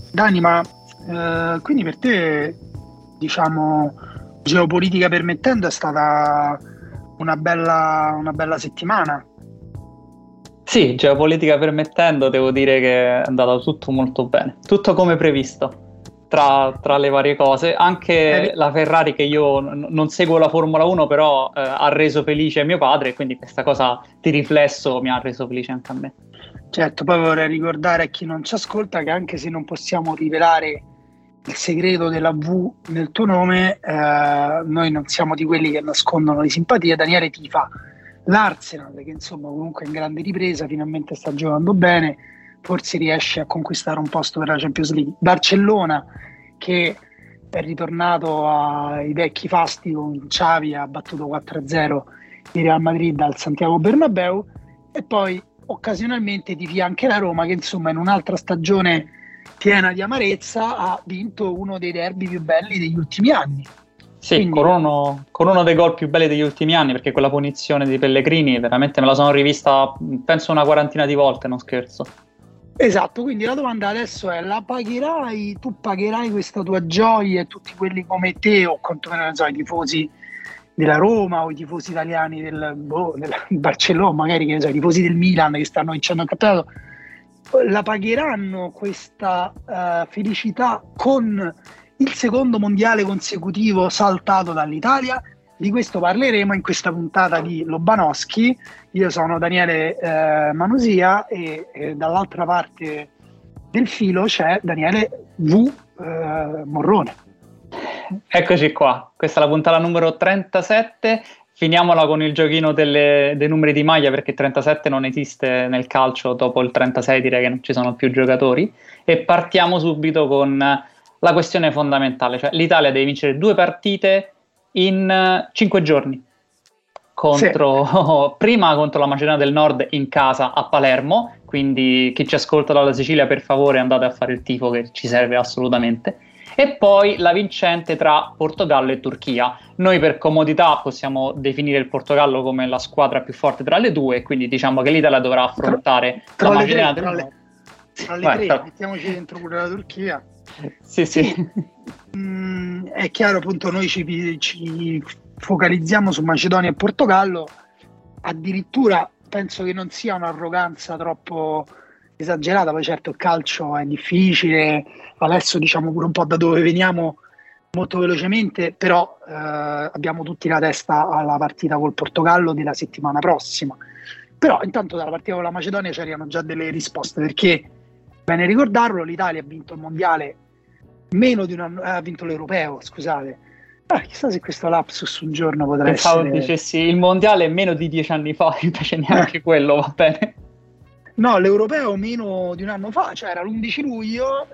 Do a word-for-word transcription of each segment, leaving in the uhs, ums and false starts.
Dani, ma eh, quindi per te, diciamo, geopolitica permettendo, è stata una bella, una bella settimana? Sì, geopolitica permettendo, devo dire che è andato tutto molto bene, tutto come previsto, tra, tra le varie cose. Anche Eh, la Ferrari, che io n- non seguo la Formula uno, però eh, ha reso felice mio padre, e quindi questa cosa di riflesso mi ha reso felice anche a me. certo, poi vorrei ricordare a chi non ci ascolta che anche se non possiamo rivelare il segreto della V nel tuo nome, eh, noi non siamo di quelli che nascondono le simpatie. Daniele tifa l'Arsenal, che insomma comunque è in grande ripresa, finalmente sta giocando bene, forse riesce a conquistare un posto per la Champions League. Barcellona, che è ritornato ai vecchi fasti con Xavi, ha battuto quattro a zero il Real Madrid al Santiago Bernabéu, e poi occasionalmente tifi anche la Roma, che insomma in un'altra stagione piena di amarezza ha vinto uno dei derby più belli degli ultimi anni. Sì, Quindi, con uno, con uno dei gol più belli degli ultimi anni, perché quella punizione di Pellegrini veramente me la sono rivista, penso, una quarantina di volte, non scherzo. esatto, quindi la domanda adesso è: la pagherai, tu pagherai questa tua gioia, e tutti quelli come te, o quantomeno non so, i tifosi della Roma o i tifosi italiani del, boh, del Barcellona, magari, che ne so, i tifosi del Milan che stanno vincendo il campionato, la pagheranno questa uh, felicità con il secondo mondiale consecutivo saltato dall'Italia? Di questo parleremo in questa puntata di Lobanowski. Io sono Daniele eh, Manusia e, e dall'altra parte del filo c'è Daniele V. Eh, Morrone. Eccoci qua, questa è la puntata numero trentasette. Finiamola con il giochino delle, dei numeri di maglia, perché trentasette non esiste nel calcio, dopo il trentasei direi che non ci sono più giocatori, e partiamo subito con la questione fondamentale, cioè l'Italia deve vincere due partite in cinque giorni, contro, sì. Prima contro la Macedonia del Nord in casa a Palermo, quindi chi ci ascolta dalla Sicilia, per favore andate a fare il tifo, che ci serve assolutamente. E poi la vincente tra Portogallo e Turchia. Noi per comodità possiamo definire il Portogallo come la squadra più forte tra le due, quindi diciamo che l'Italia dovrà affrontare tra, tra la Macedonia del Nord. Nord. Tra le tre, tra... mettiamoci dentro pure la Turchia. Sì, sì. Mm, è chiaro, appunto, noi ci, ci focalizziamo su Macedonia e Portogallo. Addirittura penso che non sia un'arroganza troppo esagerata, poi certo il calcio è difficile, adesso diciamo pure un po' da dove veniamo molto velocemente, però eh, abbiamo tutti la testa alla partita col Portogallo della settimana prossima. Però intanto dalla partita con la Macedonia c'erano già delle risposte, perché, bene ricordarlo, l'Italia ha vinto il mondiale meno di un anno, ha vinto l'europeo, scusate. Ah, chissà se questo lapsus un giorno potrà Pensavo essere... dicessi il mondiale meno di dieci anni fa, invece neanche eh. quello va bene. No, l'europeo meno di un anno fa, cioè era l'undici luglio,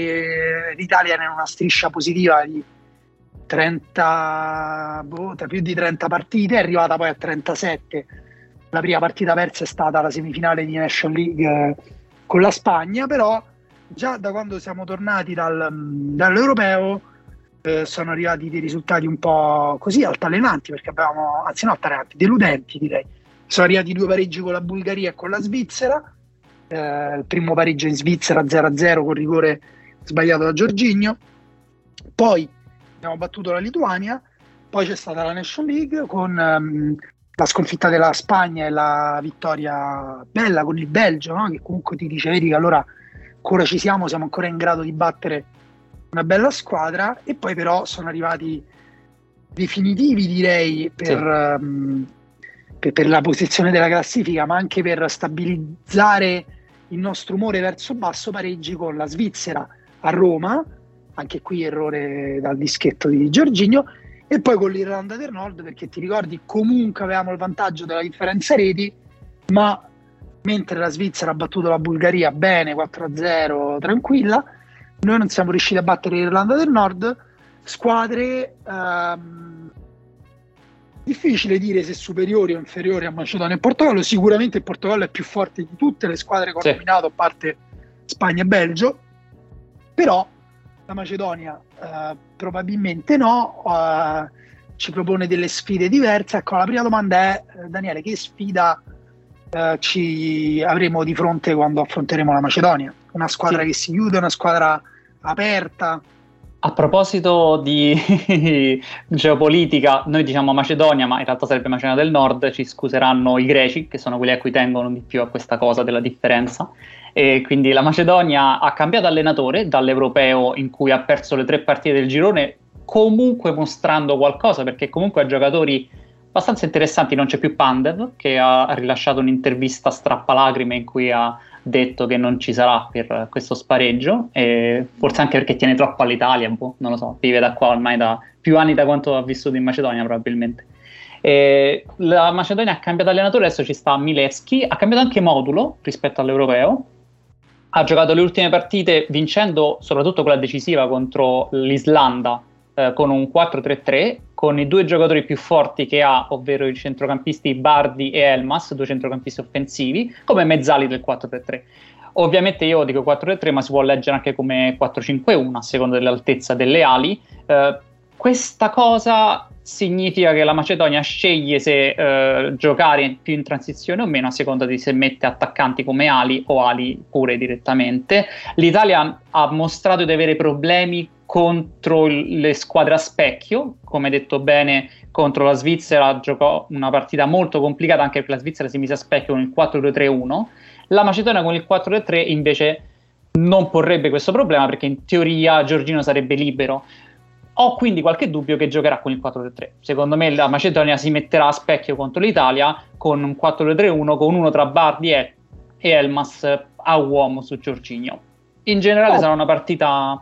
e l'Italia era in una striscia positiva di trenta, boh, più di trenta partite, è arrivata poi a trentasette. La prima partita persa è stata la semifinale di National League eh, con la Spagna, però già da quando siamo tornati dal, dall'europeo eh, sono arrivati dei risultati un po' così altalenanti, perché avevamo, anzi no altalenanti, deludenti direi. Sono arrivati due pareggi con la Bulgaria e con la Svizzera, eh, il primo pareggio in Svizzera zero a zero con rigore sbagliato da Jorginho, poi abbiamo battuto la Lituania, poi c'è stata la National League con um, la sconfitta della Spagna e la vittoria bella con il Belgio, no? Che comunque ti dice, vedi che allora ancora ci siamo, siamo ancora in grado di battere una bella squadra. E poi però sono arrivati definitivi, direi, per... Sì. Um, per la posizione della classifica, ma anche per stabilizzare il nostro umore verso basso, pareggi con la Svizzera a Roma, anche qui errore dal dischetto di Jorginho, e poi con l'Irlanda del Nord, perché ti ricordi comunque avevamo il vantaggio della differenza reti, ma mentre la Svizzera ha battuto la Bulgaria bene quattro a zero tranquilla, noi non siamo riusciti a battere l'Irlanda del Nord, squadre ehm, difficile dire se superiori o inferiori a Macedonia e Portogallo. Sicuramente il Portogallo è più forte di tutte le squadre che ho nominato, a parte Spagna e Belgio, però la Macedonia eh, probabilmente no, eh, ci propone delle sfide diverse. Ecco, la prima domanda è, eh, Daniele, che sfida eh, ci avremo di fronte quando affronteremo la Macedonia? Una squadra sì. che si chiude, una squadra aperta. A proposito di geopolitica, noi diciamo Macedonia, ma in realtà sarebbe Macedonia del Nord, ci scuseranno i greci, che sono quelli a cui tengono di più a questa cosa della differenza. E quindi la Macedonia ha cambiato allenatore dall'Europeo, in cui ha perso le tre partite del girone, comunque mostrando qualcosa, perché comunque ha giocatori abbastanza interessanti. Non c'è più Pandev, che ha rilasciato un'intervista strappalacrime in cui ha detto che non ci sarà per questo spareggio, e forse anche perché tiene troppo all'Italia, boh, non lo so, vive da qua ormai da più anni da quanto ha vissuto in Macedonia probabilmente. E la Macedonia ha cambiato allenatore, adesso ci sta Milevski, ha cambiato anche modulo rispetto all'Europeo, ha giocato le ultime partite vincendo soprattutto quella decisiva contro l'Islanda eh, con un quattro tre tre, con i due giocatori più forti che ha, ovvero i centrocampisti Bardi e Elmas, due centrocampisti offensivi, come mezzali del quattro tre tre. Ovviamente io dico quattro tre tre, ma si può leggere anche come quattro cinque uno a seconda dell'altezza delle ali. Eh, questa cosa significa che la Macedonia sceglie se eh, giocare più in transizione o meno, a seconda di se mette attaccanti come ali o ali pure direttamente. L'Italia ha mostrato di avere problemi contro le squadre a specchio, come detto bene. Contro la Svizzera giocò una partita molto complicata, anche perché la Svizzera si mise a specchio con il quattro due tre uno. La Macedonia con il quattro tre tre invece non porrebbe questo problema, perché in teoria Giorgino sarebbe libero. Ho quindi qualche dubbio che giocherà con il quattro tre tre. Secondo me la Macedonia si metterà a specchio contro l'Italia con un quattro due tre uno, con uno tra Bardi e, e Elmas a uomo su Giorginio. In generale oh. sarà una partita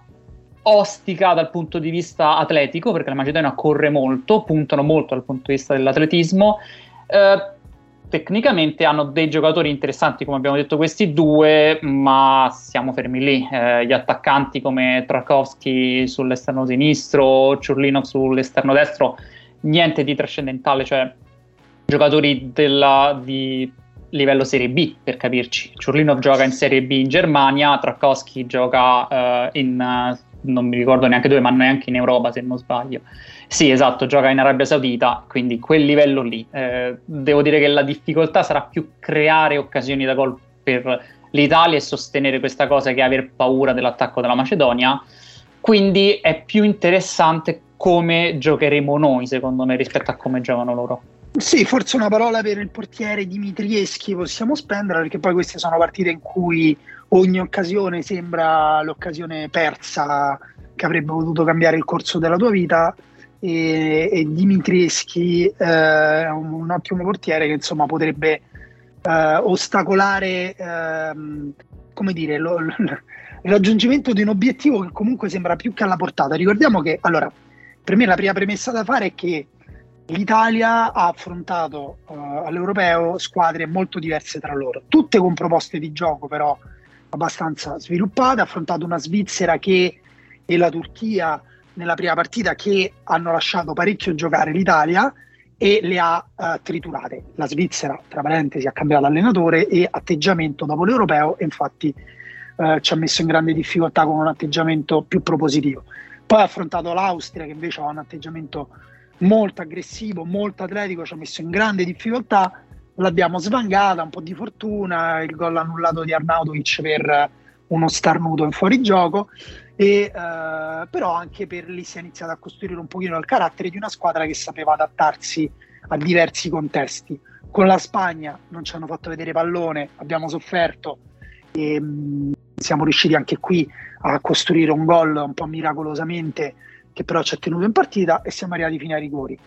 ostica dal punto di vista atletico, perché la Macedonia corre molto, puntano molto dal punto di vista dell'atletismo. Eh, tecnicamente hanno dei giocatori interessanti, come abbiamo detto questi due, ma siamo fermi lì. Eh, gli attaccanti come Trakowski sull'esterno sinistro, Ciurlinov sull'esterno destro, niente di trascendentale, cioè giocatori della, di livello Serie B, per capirci. Ciurlinov gioca in Serie B in Germania, Trakowski gioca eh, in... Uh, non mi ricordo neanche dove, ma neanche in Europa se non sbaglio. Sì, esatto, gioca in Arabia Saudita, quindi quel livello lì. Eh, devo dire che la difficoltà sarà più creare occasioni da gol per l'Italia e sostenere questa cosa che aver paura dell'attacco della Macedonia. Quindi è più interessante come giocheremo noi, secondo me, rispetto a come giocano loro. Sì, forse una parola per il portiere Dimitrieschi possiamo spendere, perché poi queste sono partite in cui ogni occasione sembra l'occasione persa che avrebbe potuto cambiare il corso della tua vita, e, e Dimitrieschi eh, è un, un ottimo portiere che insomma potrebbe eh, ostacolare eh, come dire lo, lo, il raggiungimento di un obiettivo che comunque sembra più che alla portata. Ricordiamo che, allora, per me la prima premessa da fare è che l'Italia ha affrontato uh, all'Europeo squadre molto diverse tra loro, tutte con proposte di gioco però abbastanza sviluppate. Ha affrontato una Svizzera che, e la Turchia nella prima partita, che hanno lasciato parecchio giocare l'Italia e le ha uh, triturate. La Svizzera, tra parentesi, ha cambiato allenatore e atteggiamento dopo l'Europeo, e infatti uh, ci ha messo in grande difficoltà con un atteggiamento più propositivo. Poi ha affrontato l'Austria, che invece ha un atteggiamento molto aggressivo, molto atletico, ci ha messo in grande difficoltà. L'abbiamo svangata, un po' di fortuna, il gol annullato di Arnautovic per uno starnuto in fuorigioco, e eh, però anche per lì si è iniziato a costruire un pochino il carattere di una squadra che sapeva adattarsi a diversi contesti. Con la Spagna non ci hanno fatto vedere pallone, abbiamo sofferto e mh, siamo riusciti anche qui a costruire un gol un po' miracolosamente, che però ci ha tenuto in partita, e siamo arrivati fino ai rigori.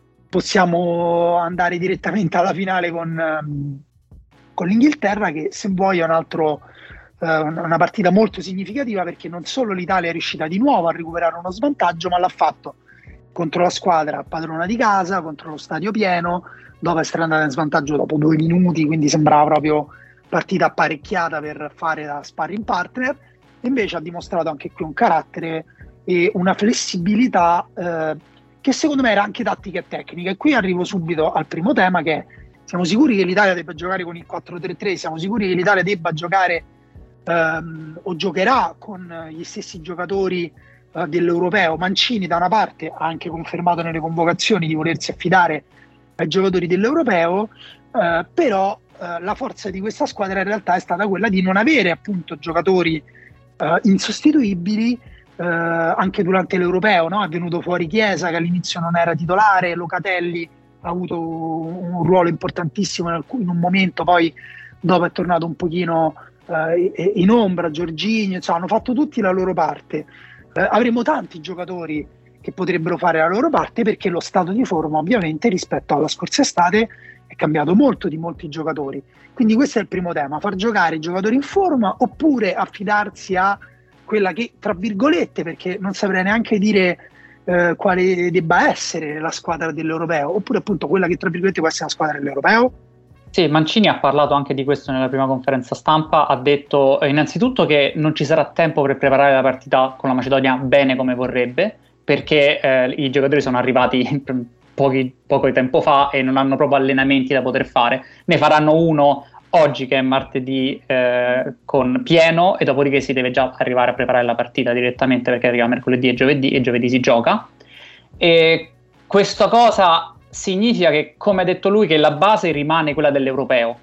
Possiamo andare direttamente alla finale con, con l'Inghilterra, che se vuoi è un altro, eh, una partita molto significativa, perché non solo l'Italia è riuscita di nuovo a recuperare uno svantaggio, ma l'ha fatto contro la squadra padrona di casa, contro lo stadio pieno, dove è stata andata in svantaggio dopo due minuti, quindi sembrava proprio partita apparecchiata per fare da sparring partner. E invece ha dimostrato anche qui un carattere e una flessibilità eh, che secondo me era anche tattica e tecnica. E qui arrivo subito al primo tema, che è: siamo sicuri che l'Italia debba giocare con il quattro tre tre? Siamo sicuri che l'Italia debba giocare ehm, o giocherà con gli stessi giocatori eh, dell'Europeo? Mancini da una parte ha anche confermato nelle convocazioni di volersi affidare ai giocatori dell'Europeo, eh, però eh, la forza di questa squadra in realtà è stata quella di non avere appunto giocatori uh, insostituibili, uh, anche durante l'Europeo, no? È venuto fuori Chiesa, che all'inizio non era titolare, Locatelli ha avuto un, un ruolo importantissimo in, alcun, in un momento, poi dopo è tornato un pochino uh, in ombra, Jorginho, insomma, hanno fatto tutti la loro parte. Uh, avremo tanti giocatori che potrebbero fare la loro parte, perché lo stato di forma ovviamente rispetto alla scorsa estate è cambiato molto di molti giocatori. Quindi questo è il primo tema: far giocare i giocatori in forma, oppure affidarsi a quella che, tra virgolette, perché non saprei neanche dire eh, quale debba essere la squadra dell'Europeo, oppure appunto quella che tra virgolette può essere la squadra dell'Europeo. Sì, Mancini ha parlato anche di questo nella prima conferenza stampa, ha detto eh, innanzitutto che non ci sarà tempo per preparare la partita con la Macedonia bene come vorrebbe, perché eh, i giocatori sono arrivati pochi, poco tempo fa e non hanno proprio allenamenti da poter fare. Ne faranno uno oggi, che è martedì, eh, con pieno, e dopodiché si deve già arrivare a preparare la partita direttamente, perché arriva mercoledì e giovedì, e giovedì si gioca. E questa cosa significa che, come ha detto lui, che la base rimane quella dell'Europeo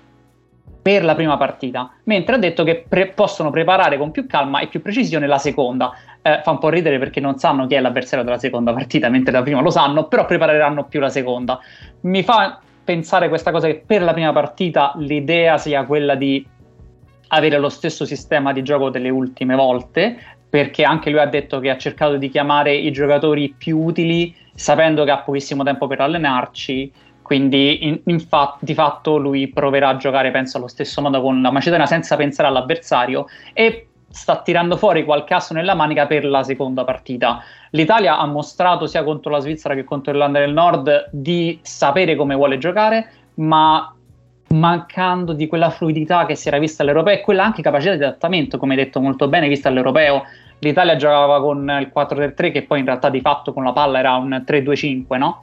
per la prima partita, mentre ha detto che pre- possono preparare con più calma e più precisione la seconda. Eh, fa un po' ridere perché non sanno chi è l'avversario della seconda partita, mentre la prima lo sanno, però prepareranno più la seconda. Mi fa pensare questa cosa che per la prima partita l'idea sia quella di avere lo stesso sistema di gioco delle ultime volte, perché anche lui ha detto che ha cercato di chiamare i giocatori più utili sapendo che ha pochissimo tempo per allenarci. Quindi in, in fa- di fatto lui proverà a giocare, penso, allo stesso modo con la Macedonia, senza pensare all'avversario, e sta tirando fuori qualche asso nella manica per la seconda partita. L'Italia ha mostrato sia contro la Svizzera che contro l'Irlanda del Nord di sapere come vuole giocare, ma mancando di quella fluidità che si era vista all'Europeo, e quella anche capacità di adattamento, come hai detto molto bene, vista all'Europeo. L'Italia giocava con il quattro tre tre, che poi in realtà di fatto con la palla era un tre due cinque, no?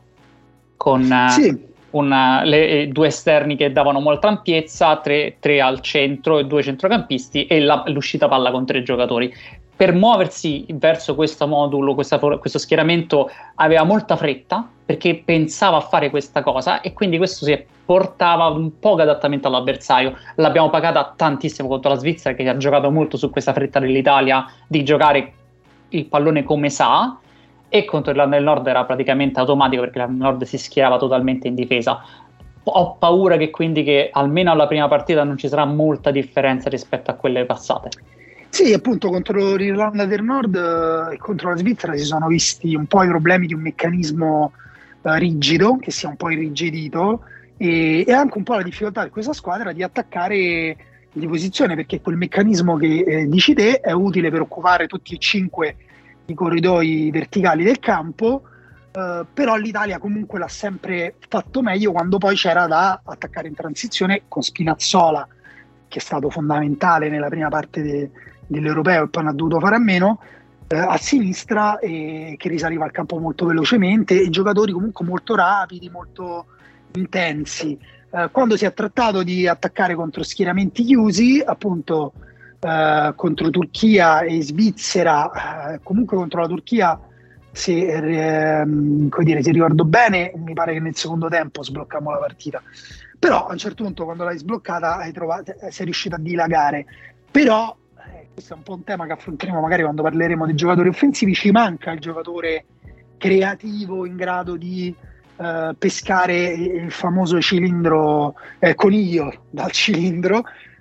Con Sì. Una, le, due esterni che davano molta ampiezza, tre, tre al centro e due centrocampisti, e la, l'uscita palla con tre giocatori. Per muoversi verso questo modulo, questa, questo schieramento, aveva molta fretta, perché pensava a fare questa cosa, e quindi questo si portava un po' di adattamento all'avversario. L'abbiamo pagata tantissimo contro la Svizzera, che ha giocato molto su questa fretta dell'Italia di giocare il pallone come sa, e contro l'Irlanda del Nord era praticamente automatico, perché l'Irlanda del Nord si schierava totalmente in difesa. Ho paura che quindi che almeno alla prima partita non ci sarà molta differenza rispetto a quelle passate. Sì, appunto contro l'Irlanda del Nord e eh, contro la Svizzera si sono visti un po' i problemi di un meccanismo eh, rigido, che si è un po' irrigidito, e, e anche un po' la difficoltà di questa squadra di attaccare di posizione, perché quel meccanismo che eh, dici te è utile per occupare tutti e cinque i corridoi verticali del campo, eh, però l'Italia comunque l'ha sempre fatto meglio quando poi c'era da attaccare in transizione, con Spinazzola, che è stato fondamentale nella prima parte de, dell'Europeo e poi non ha dovuto fare a meno, eh, a sinistra, e che risaliva al campo molto velocemente, e giocatori comunque molto rapidi, molto intensi. Eh, quando si è trattato di attaccare contro schieramenti chiusi, appunto Uh, contro Turchia e Svizzera, uh, comunque contro la Turchia, se, eh, come dire, se ricordo bene, mi pare che nel secondo tempo sbloccammo la partita, però a un certo punto, quando l'hai sbloccata, hai trovato, sei riuscito a dilagare. Però eh, questo è un po' un tema che affronteremo magari quando parleremo dei giocatori offensivi. Ci manca il giocatore creativo in grado di uh, pescare il famoso cilindro, eh, coniglio dal cilindro.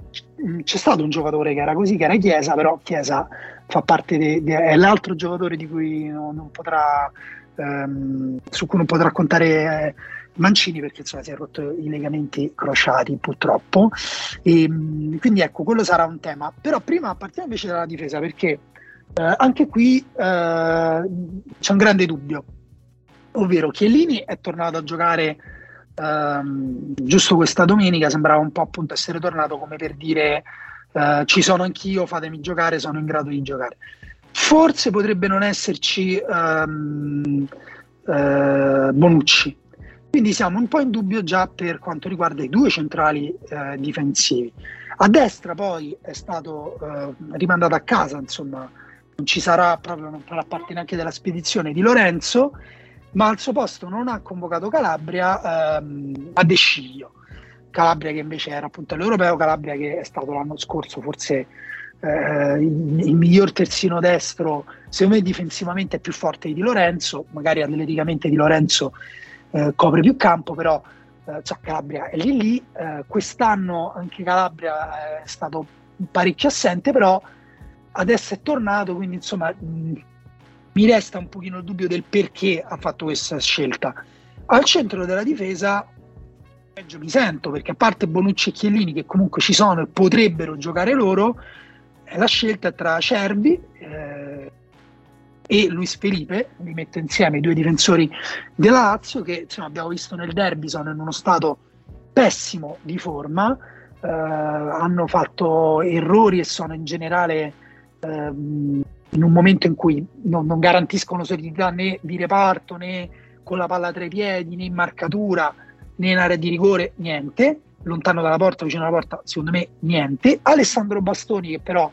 C'è stato un giocatore che era così, che era Chiesa, però Chiesa fa parte de, de, è l'altro giocatore di cui non, non potrà ehm, su cui non potrà contare Mancini, perché insomma si è rotto i legamenti crociati purtroppo, e quindi ecco, quello sarà un tema. Però prima partiamo invece dalla difesa, perché eh, anche qui eh, c'è un grande dubbio, ovvero Chiellini è tornato a giocare Uh, giusto questa domenica, sembrava un po' appunto essere tornato come per dire uh, ci sono anch'io, fatemi giocare, sono in grado di giocare. Forse potrebbe non esserci um, uh, Bonucci, quindi siamo un po' in dubbio già per quanto riguarda i due centrali uh, difensivi. A destra poi è stato uh, rimandato a casa, insomma non ci sarà proprio, non farà parte neanche della spedizione di Lorenzo, ma al suo posto non ha convocato Calabria, ehm, a De Sciglio. Calabria che invece era appunto all'Europeo, Calabria che è stato l'anno scorso forse eh, il, il miglior terzino destro, secondo me difensivamente è più forte di Di Lorenzo, magari atleticamente Di Lorenzo eh, copre più campo, però eh, cioè Calabria è lì lì. Eh, quest'anno anche Calabria è stato parecchio assente, però adesso è tornato, quindi insomma mh, mi resta un pochino il dubbio del perché ha fatto questa scelta. Al centro della difesa peggio mi sento, perché a parte Bonucci e Chiellini che comunque ci sono e potrebbero giocare loro, eh, la scelta è tra Acerbi eh, e Luis Felipe, li metto insieme, i due difensori della Lazio che insomma abbiamo visto nel derby sono in uno stato pessimo di forma, eh, hanno fatto errori e sono in generale eh, in un momento in cui non, non garantiscono solidità né di reparto né con la palla tra i piedi né in marcatura né in area di rigore, niente, lontano dalla porta, vicino alla porta, secondo me niente. Alessandro Bastoni che però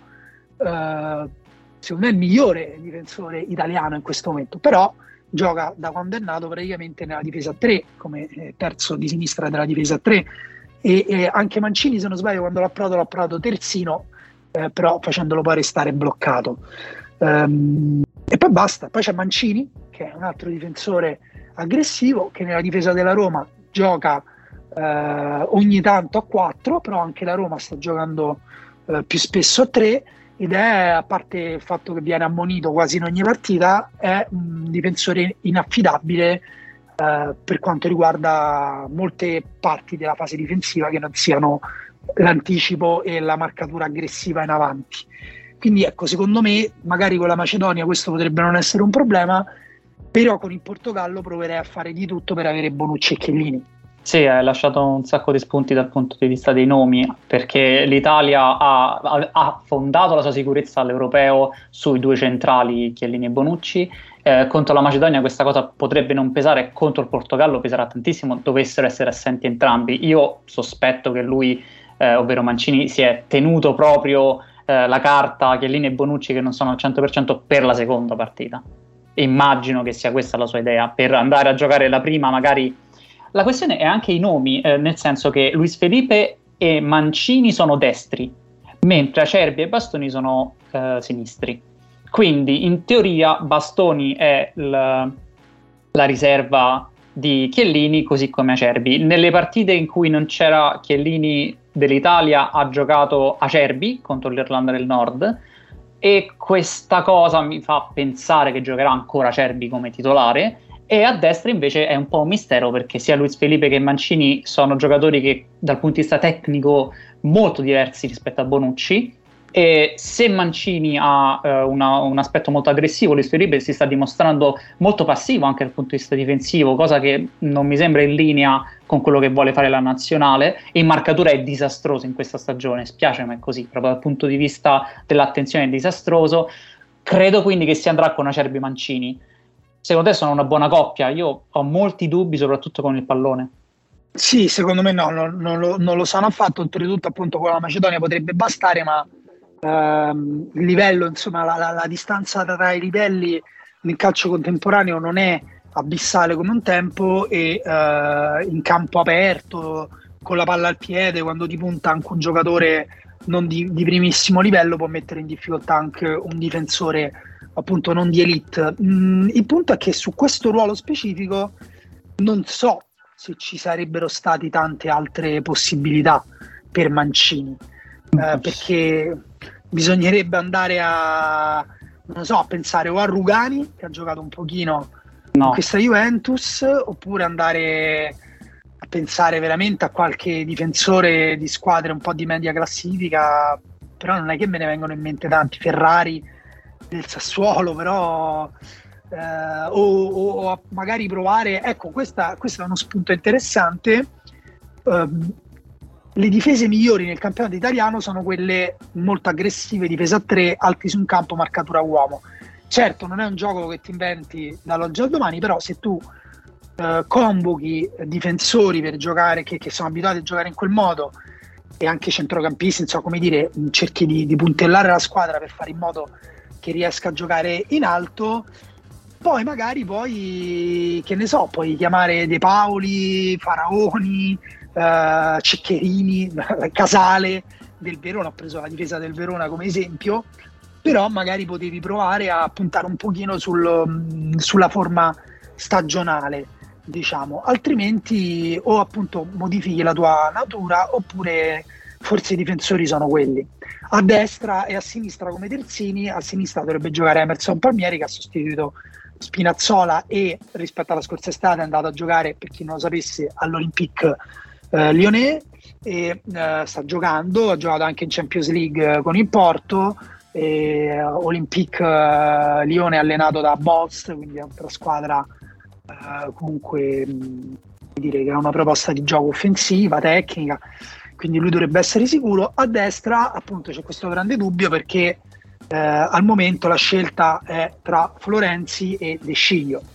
eh, secondo me è il migliore difensore italiano in questo momento, però gioca da quando è nato praticamente nella difesa a tre, come eh, terzo di sinistra della difesa a tre, e, e anche Mancini, se non sbaglio, quando l'ha provato l'ha provato terzino, eh, però facendolo poi restare bloccato. Um, e poi basta, poi c'è Mancini che è un altro difensore aggressivo che nella difesa della Roma gioca eh, ogni tanto a quattro, però anche la Roma sta giocando eh, più spesso a tre, ed è, a parte il fatto che viene ammonito quasi in ogni partita, è un difensore inaffidabile eh, per quanto riguarda molte parti della fase difensiva che non siano l'anticipo e la marcatura aggressiva in avanti. Quindi ecco, secondo me magari con la Macedonia questo potrebbe non essere un problema, però con il Portogallo proverei a fare di tutto per avere Bonucci e Chiellini. Sì, hai lasciato un sacco di spunti dal punto di vista dei nomi, perché l'Italia ha, ha, ha fondato la sua sicurezza all'europeo sui due centrali, Chiellini e Bonucci. Eh, contro la Macedonia questa cosa potrebbe non pesare, contro il Portogallo peserà tantissimo, dovessero essere assenti entrambi. Io sospetto che lui, eh, ovvero Mancini, si è tenuto proprio eh, la carta Chiellini e Bonucci che non sono al cento per cento per la seconda partita. Immagino che sia questa la sua idea, per andare a giocare la prima magari. La questione è anche i nomi, eh, nel senso che Luis Felipe e Mancini sono destri, mentre Acerbi e Bastoni sono eh, sinistri. Quindi in teoria Bastoni è l- la riserva di Chiellini, così come Acerbi. Nelle partite in cui non c'era Chiellini dell'Italia ha giocato Acerbi contro l'Irlanda del Nord, e questa cosa mi fa pensare che giocherà ancora Acerbi come titolare. E a destra invece è un po' un mistero, perché sia Luis Felipe che Mancini sono giocatori che dal punto di vista tecnico molto diversi rispetto a Bonucci, e se Mancini ha eh, una, un aspetto molto aggressivo, Luis Felipe si sta dimostrando molto passivo anche dal punto di vista difensivo, cosa che non mi sembra in linea con quello che vuole fare la nazionale, e in marcatura è disastroso in questa stagione, spiace ma è così, proprio dal punto di vista dell'attenzione è disastroso. Credo quindi che si andrà con Acerbi Mancini. Secondo te sono una buona coppia? Io ho molti dubbi, soprattutto con il pallone. Sì, secondo me no, non, non, lo, non lo sanno affatto. Oltretutto, appunto, con la Macedonia potrebbe bastare, ma ehm, il livello, insomma, la, la, la distanza tra i livelli nel calcio contemporaneo non è abissale come un tempo, e eh, in campo aperto, con la palla al piede, quando ti punta anche un giocatore non di, di primissimo livello, può mettere in difficoltà anche un difensore appunto non di elite. Mm, il punto è che su questo ruolo specifico non so se ci sarebbero state tante altre possibilità per Mancini, eh, perché bisognerebbe andare a non so, a pensare o a Rugani, che ha giocato un pochino no. in questa Juventus, oppure andare a pensare veramente a qualche difensore di squadre un po' di media classifica, però non è che me ne vengono in mente tanti. Ferrari del Sassuolo, però eh, o, o magari provare, ecco, questa, questo è uno spunto interessante. Um, le difese migliori nel campionato italiano sono quelle molto aggressive, difesa a tre, alti su un campo, marcatura uomo. Certo, non è un gioco che ti inventi dall'oggi al domani, però se tu eh, convochi difensori per giocare, che, che sono abituati a giocare in quel modo, e anche centrocampisti, insomma, come dire, cerchi di, di puntellare la squadra per fare in modo che riesca a giocare in alto, poi magari poi, che ne so, puoi chiamare De Paoli, Faraoni, uh, Ceccherini, Casale, del Verona, ho preso la difesa del Verona come esempio, però magari potevi provare a puntare un pochino sul, sulla forma stagionale, diciamo, altrimenti o appunto modifichi la tua natura oppure forse i difensori sono quelli. A destra e a sinistra come terzini, a sinistra dovrebbe giocare Emerson Palmieri che ha sostituito Spinazzola e rispetto alla scorsa estate è andato a giocare, per chi non lo sapesse, all'Olympique eh, Lyonnais e eh, sta giocando, ha giocato anche in Champions League con il Porto. E Olympique uh, Lione allenato da Bols, quindi è un'altra squadra uh, comunque mh, dire che ha una proposta di gioco offensiva, tecnica, quindi lui dovrebbe essere sicuro. A destra appunto c'è questo grande dubbio perché uh, al momento la scelta è tra Florenzi e De Sciglio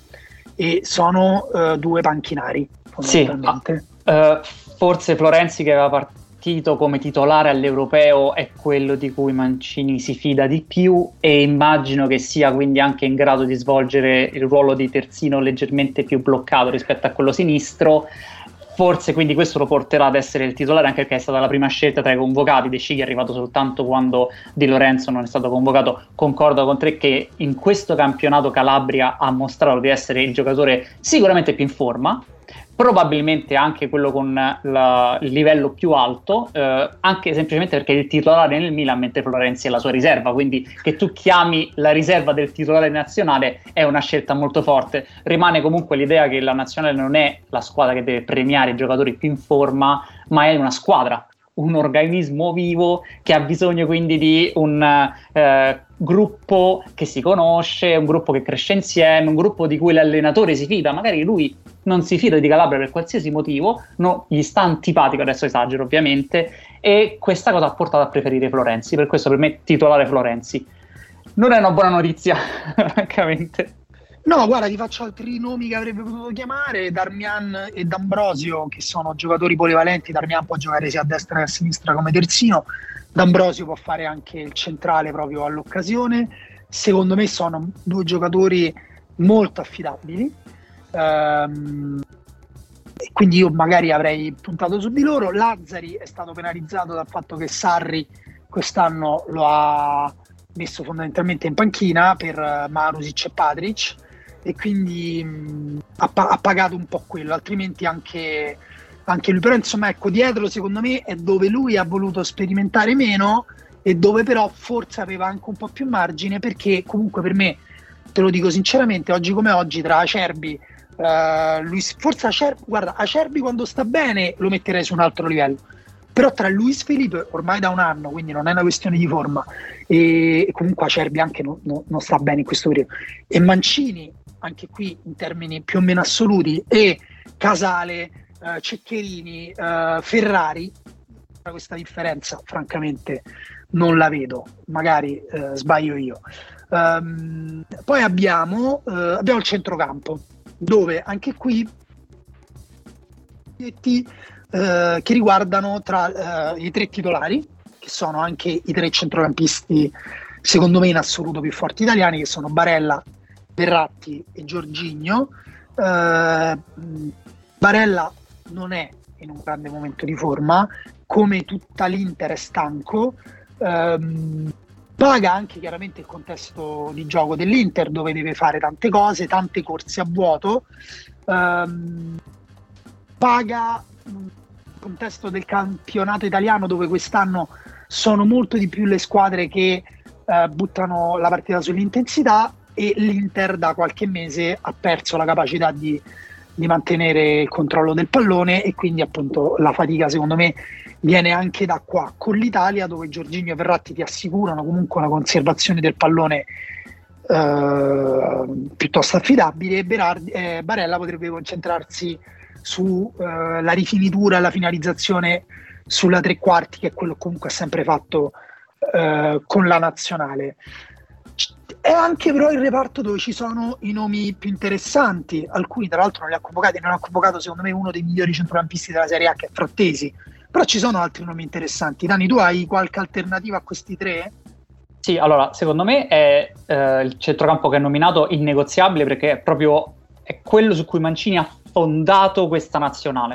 e sono uh, due panchinari fondamentalmente. Sì, uh, forse Florenzi che aveva partito come titolare all'Europeo è quello di cui Mancini si fida di più e immagino che sia quindi anche in grado di svolgere il ruolo di terzino leggermente più bloccato rispetto a quello sinistro. Forse quindi questo lo porterà ad essere il titolare, anche perché è stata la prima scelta tra i convocati. De Sciglio è arrivato soltanto quando Di Lorenzo non è stato convocato. Concordo con te che in questo campionato Calabria ha mostrato di essere il giocatore sicuramente più in forma, probabilmente anche quello con la, il livello più alto, eh, anche semplicemente perché è il titolare nel Milan mentre Florenzi è la sua riserva, quindi che tu chiami la riserva del titolare nazionale è una scelta molto forte. Rimane comunque l'idea che la nazionale non è la squadra che deve premiare i giocatori più in forma, ma è una squadra, un organismo vivo che ha bisogno quindi di un eh, gruppo che si conosce, un gruppo che cresce insieme, un gruppo di cui l'allenatore si fida. Magari lui non si fida di Calabria per qualsiasi motivo, no, gli sta antipatico, adesso esagero ovviamente, e questa cosa ha portato a preferire Florenzi. Per questo per me titolare Florenzi non è una buona notizia francamente. No, guarda, ti faccio altri nomi che avrebbe potuto chiamare: Darmian e D'Ambrosio, che sono giocatori polivalenti. Darmian può giocare sia a destra che a sinistra come terzino, D'Ambrosio può fare anche il centrale proprio all'occasione. Secondo me sono due giocatori molto affidabili, ehm, quindi io magari avrei puntato su di loro. Lazzari è stato penalizzato dal fatto che Sarri quest'anno lo ha messo fondamentalmente in panchina per Marusic e Patric, e quindi mh, ha, ha pagato un po' quello, altrimenti anche, anche lui. Però insomma, ecco, dietro secondo me è dove lui ha voluto sperimentare meno e dove però forse aveva anche un po' più margine, perché comunque per me, te lo dico sinceramente, oggi come oggi tra Acerbi, uh, Luis, forse Acerbi, guarda, Acerbi quando sta bene lo metterei su un altro livello, però tra Luis Felipe ormai da un anno, quindi non è una questione di forma, e, e comunque Acerbi anche no, no, non sta bene in questo periodo, e Mancini anche qui in termini più o meno assoluti, e Casale, uh, Ceccherini, uh, Ferrari, questa differenza francamente non la vedo, magari uh, sbaglio io. Um, poi abbiamo, uh, abbiamo il centrocampo, dove anche qui uh, che riguardano tra uh, i tre titolari, che sono anche i tre centrocampisti secondo me in assoluto più forti italiani, che sono Barella, Verratti e Jorginho. uh, Barella non è in un grande momento di forma, come tutta l'Inter è stanco. um, Paga anche chiaramente il contesto di gioco dell'Inter, dove deve fare tante cose, tante corse a vuoto. Um, paga il contesto del campionato italiano, dove quest'anno sono molto di più le squadre che uh, buttano la partita sull'intensità, e l'Inter da qualche mese ha perso la capacità di, di mantenere il controllo del pallone, e quindi appunto la fatica secondo me viene anche da qua, con l'Italia, dove Jorginho e Verratti ti assicurano comunque una conservazione del pallone eh, piuttosto affidabile, e Berardi, eh, Barella potrebbe concentrarsi sulla eh, rifinitura e la finalizzazione sulla tre quarti, che è quello che comunque ha sempre fatto eh, con la nazionale. È anche però il reparto dove ci sono i nomi più interessanti, alcuni tra l'altro non li ha convocati, non ha convocato secondo me uno dei migliori centrocampisti della Serie A, che è Frattesi, però ci sono altri nomi interessanti. Dani, tu hai qualche alternativa a questi tre? Sì, allora secondo me è eh, il centrocampo che è nominato innegoziabile, perché è proprio è quello su cui Mancini ha fondato questa nazionale.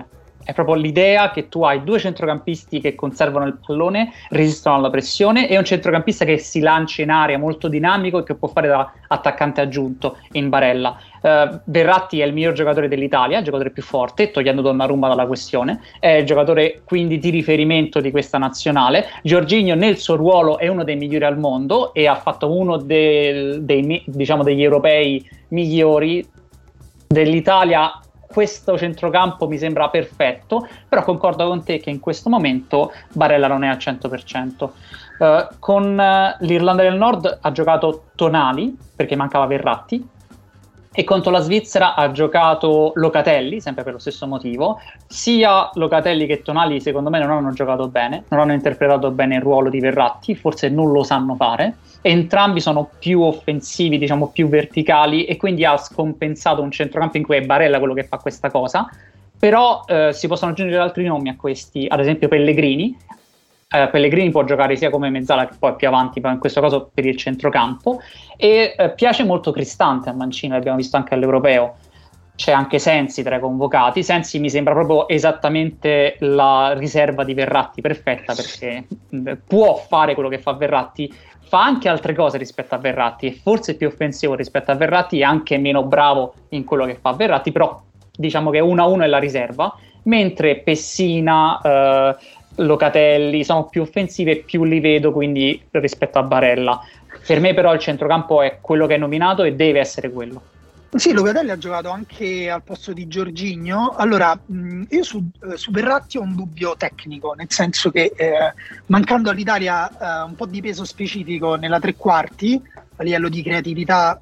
È proprio l'idea che tu hai due centrocampisti che conservano il pallone, resistono alla pressione, e un centrocampista che si lancia in aria, molto dinamico e che può fare da attaccante aggiunto in Barella. Uh, Verratti è il miglior giocatore dell'Italia, il giocatore più forte, togliendo Donnarumma dalla questione, è il giocatore quindi di riferimento di questa nazionale. Jorginho nel suo ruolo è uno dei migliori al mondo e ha fatto uno del, dei, diciamo, degli europei migliori dell'Italia. Questo centrocampo mi sembra perfetto, però concordo con te che in questo momento Barella non è al cento per cento. Uh, con uh, l'Irlanda del Nord ha giocato Tonali, perché mancava Verratti, e contro la Svizzera ha giocato Locatelli, sempre per lo stesso motivo. Sia Locatelli che Tonali secondo me non hanno giocato bene, non hanno interpretato bene il ruolo di Verratti, forse non lo sanno fare. Entrambi sono più offensivi, diciamo più verticali, e quindi ha scompensato un centrocampo in cui è Barella quello che fa questa cosa. Però eh, si possono aggiungere altri nomi a questi, ad esempio Pellegrini. Eh, Pellegrini può giocare sia come mezzala che poi più avanti, ma in questo caso per il centrocampo, e eh, piace molto Cristante a Mancini, l'abbiamo visto anche all'Europeo. C'è anche Sensi tra i convocati. Sensi mi sembra proprio esattamente la riserva di Verratti perfetta, perché mh, può fare quello che fa Verratti, fa anche altre cose rispetto a Verratti, è forse più offensivo rispetto a Verratti e anche meno bravo in quello che fa Verratti, però diciamo che uno a uno è la riserva, mentre Pessina, eh, Locatelli sono più offensivi e più li vedo quindi rispetto a Barella. Per me però il centrocampo è quello che hai nominato e deve essere quello. Sì, Locatelli ha giocato anche al posto di Jorginho. Allora, mh, io su, eh, su Verratti ho un dubbio tecnico, nel senso che eh, mancando all'Italia eh, un po' di peso specifico nella tre quarti, a livello di creatività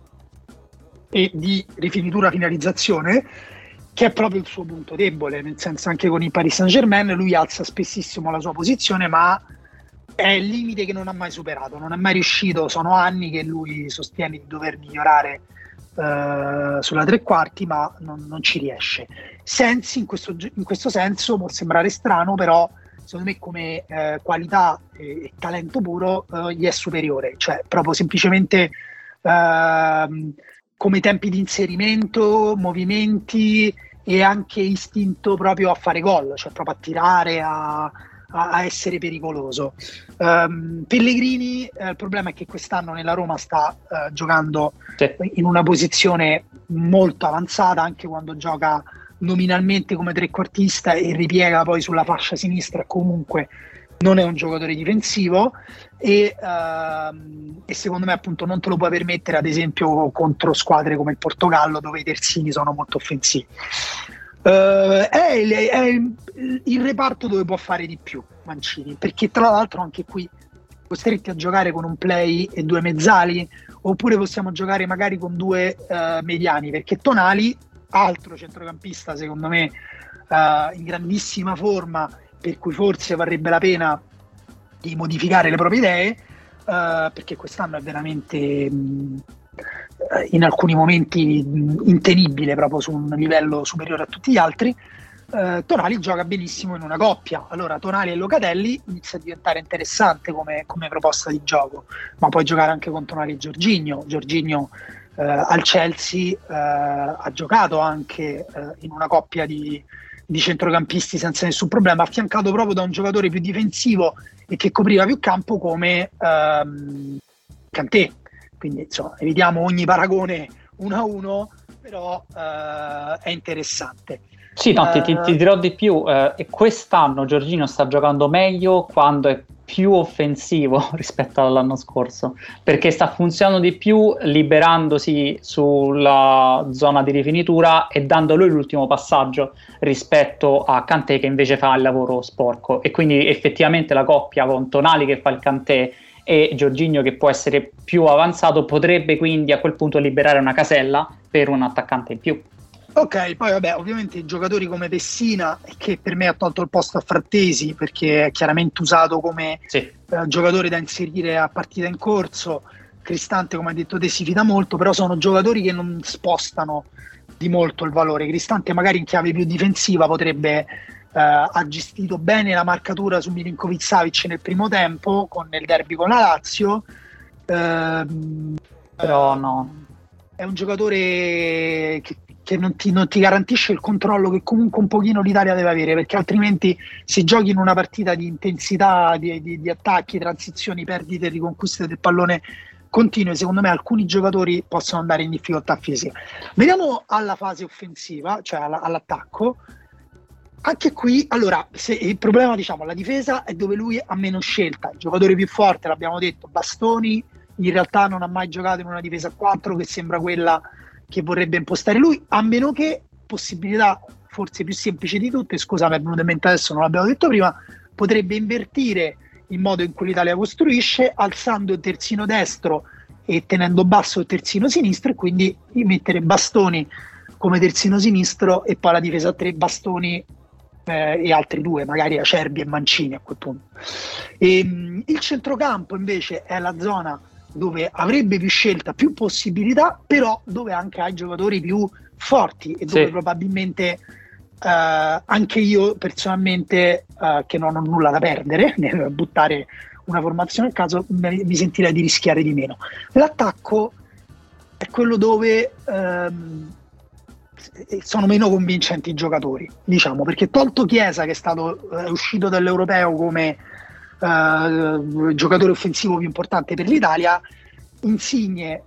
e di rifinitura finalizzazione, che è proprio il suo punto debole, nel senso anche con il Paris Saint-Germain lui alza spessissimo la sua posizione, ma è il limite che non ha mai superato, non è mai riuscito, sono anni che lui sostiene di dover migliorare Uh, sulla tre quarti, ma non, non ci riesce. Sensi in questo, in questo senso può sembrare strano, però secondo me come uh, qualità e, e talento puro uh, gli è superiore, cioè proprio semplicemente uh, come tempi di inserimento, movimenti e anche istinto proprio a fare gol, cioè proprio a tirare, a a essere pericoloso. Um, Pellegrini, eh, il problema è che quest'anno nella Roma sta uh, giocando sì. in una posizione molto avanzata, anche quando gioca nominalmente come trequartista e ripiega poi sulla fascia sinistra, comunque non è un giocatore difensivo e, uh, e secondo me appunto non te lo puoi permettere ad esempio contro squadre come il Portogallo, dove i terzini sono molto offensivi. Uh, è, il, è il, il reparto dove può fare di più Mancini, perché tra l'altro anche qui costretti a giocare con un play e due mezzali, oppure possiamo giocare magari con due uh, mediani, perché Tonali, altro centrocampista secondo me uh, in grandissima forma, per cui forse varrebbe la pena di modificare le proprie idee, uh, perché quest'anno è veramente mh, in alcuni momenti intenibile, proprio su un livello superiore a tutti gli altri. eh, Tonali gioca benissimo in una coppia, allora Tonali e Locatelli inizia a diventare interessante come, come proposta di gioco, ma puoi giocare anche con Tonali e Jorginho. Jorginho eh, al Chelsea eh, ha giocato anche eh, in una coppia di, di centrocampisti senza nessun problema, affiancato proprio da un giocatore più difensivo e che copriva più campo come ehm, Kanté. Quindi insomma evitiamo ogni paragone uno a uno, però uh, è interessante. Sì, no, uh, ti, ti, ti dirò di più, eh, e quest'anno Jorginho sta giocando meglio quando è più offensivo rispetto all'anno scorso, perché sta funzionando di più liberandosi sulla zona di rifinitura e dando lui l'ultimo passaggio rispetto a Kanté che invece fa il lavoro sporco, e quindi effettivamente la coppia con Tonali che fa il Kanté e Jorginho che può essere più avanzato potrebbe quindi a quel punto liberare una casella per un attaccante in più. Ok, poi vabbè, ovviamente giocatori come Pessina, che per me ha tolto il posto a Frattesi perché è chiaramente usato come sì. eh, giocatore da inserire a partita in corso. Cristante, come ha detto te, si fida molto, però sono giocatori che non spostano di molto il valore. Cristante magari in chiave più difensiva potrebbe Uh, ha gestito bene la marcatura su Milinkovic-Savic nel primo tempo con il derby con la Lazio, uh, però no, è un giocatore che, che non ti, non ti garantisce il controllo che comunque un pochino l'Italia deve avere, perché altrimenti se giochi in una partita di intensità, di, di, di attacchi, transizioni, perdite, riconquiste del pallone continue, secondo me alcuni giocatori possono andare in difficoltà fisica. Veniamo alla fase offensiva, cioè alla, all'attacco. Anche qui, allora, se il problema, diciamo, la difesa è dove lui ha meno scelta. Il giocatore più forte, l'abbiamo detto, Bastoni, in realtà non ha mai giocato in una difesa a quattro, che sembra quella che vorrebbe impostare lui, a meno che, possibilità forse più semplice di tutte, scusa mi è venuto in mente adesso, non l'abbiamo detto prima, potrebbe invertire il modo in cui l'Italia costruisce, alzando il terzino destro e tenendo basso il terzino sinistro, e quindi mettere Bastoni come terzino sinistro e poi la difesa a tre, Bastoni eh, e altri due, magari Acerbi e Mancini a quel punto. E, mh, il centrocampo invece è la zona dove avrebbe più scelta, più possibilità, però dove anche ha i giocatori più forti e dove sì. probabilmente uh, anche io personalmente, uh, che non ho nulla da perdere nel buttare una formazione a caso, mi, mi sentirei di rischiare di meno. L'attacco è quello dove um, sono meno convincenti i giocatori, diciamo, perché tolto Chiesa, che è stato uh, uscito dall'Europeo come Uh, giocatore offensivo più importante per l'Italia, Insigne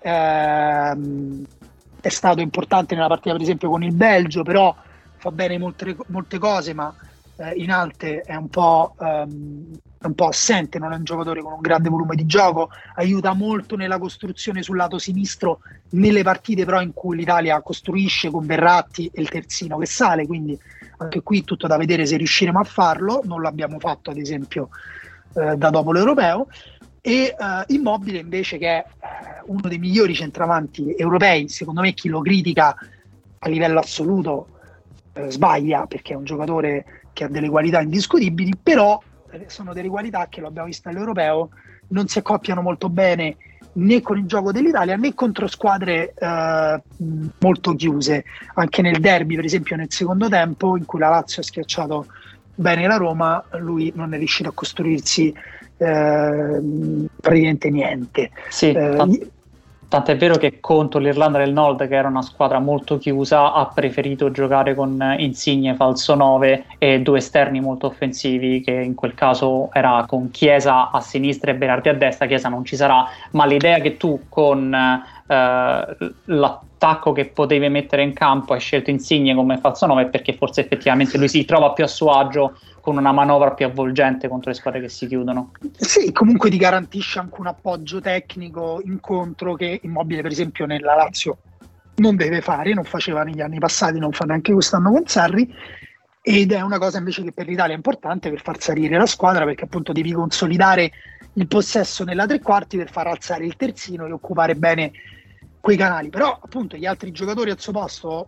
uh, è stato importante nella partita per esempio con il Belgio, però fa bene molte, molte cose, ma uh, in alte è un po', um, è un po' assente, non è un giocatore con un grande volume di gioco, aiuta molto nella costruzione sul lato sinistro nelle partite però in cui l'Italia costruisce con Verratti e il terzino che sale, quindi anche qui tutto da vedere se riusciremo a farlo. Non l'abbiamo fatto ad esempio da dopo l'Europeo. E uh, Immobile invece, che è uh, uno dei migliori centravanti europei, secondo me chi lo critica a livello assoluto uh, sbaglia, perché è un giocatore che ha delle qualità indiscutibili, però eh, sono delle qualità che, lo abbiamo visto all'Europeo, non si accoppiano molto bene né con il gioco dell'Italia né contro squadre uh, molto chiuse. Anche nel derby, per esempio nel secondo tempo, in cui la Lazio ha schiacciato bene la Roma, lui non è riuscito a costruirsi eh, praticamente niente. Sì, eh, tant- tanto è vero che contro l'Irlanda del Nord, che era una squadra molto chiusa, ha preferito giocare con Insigne falso nove e due esterni molto offensivi, che in quel caso era con Chiesa a sinistra e Berardi a destra. Chiesa non ci sarà, ma l'idea che tu con eh, l'attacco che potevi mettere in campo hai scelto Insigne come falso nove, perché forse effettivamente lui si trova più a suo agio con una manovra più avvolgente contro le squadre che si chiudono. Sì, comunque ti garantisce anche un appoggio tecnico incontro che Immobile per esempio nella Lazio non deve fare, non faceva negli anni passati, non fa neanche quest'anno con Sarri, ed è una cosa invece che per l'Italia è importante per far salire la squadra, perché appunto devi consolidare il possesso nella tre quarti per far alzare il terzino e occupare bene quei canali. Però appunto gli altri giocatori al suo posto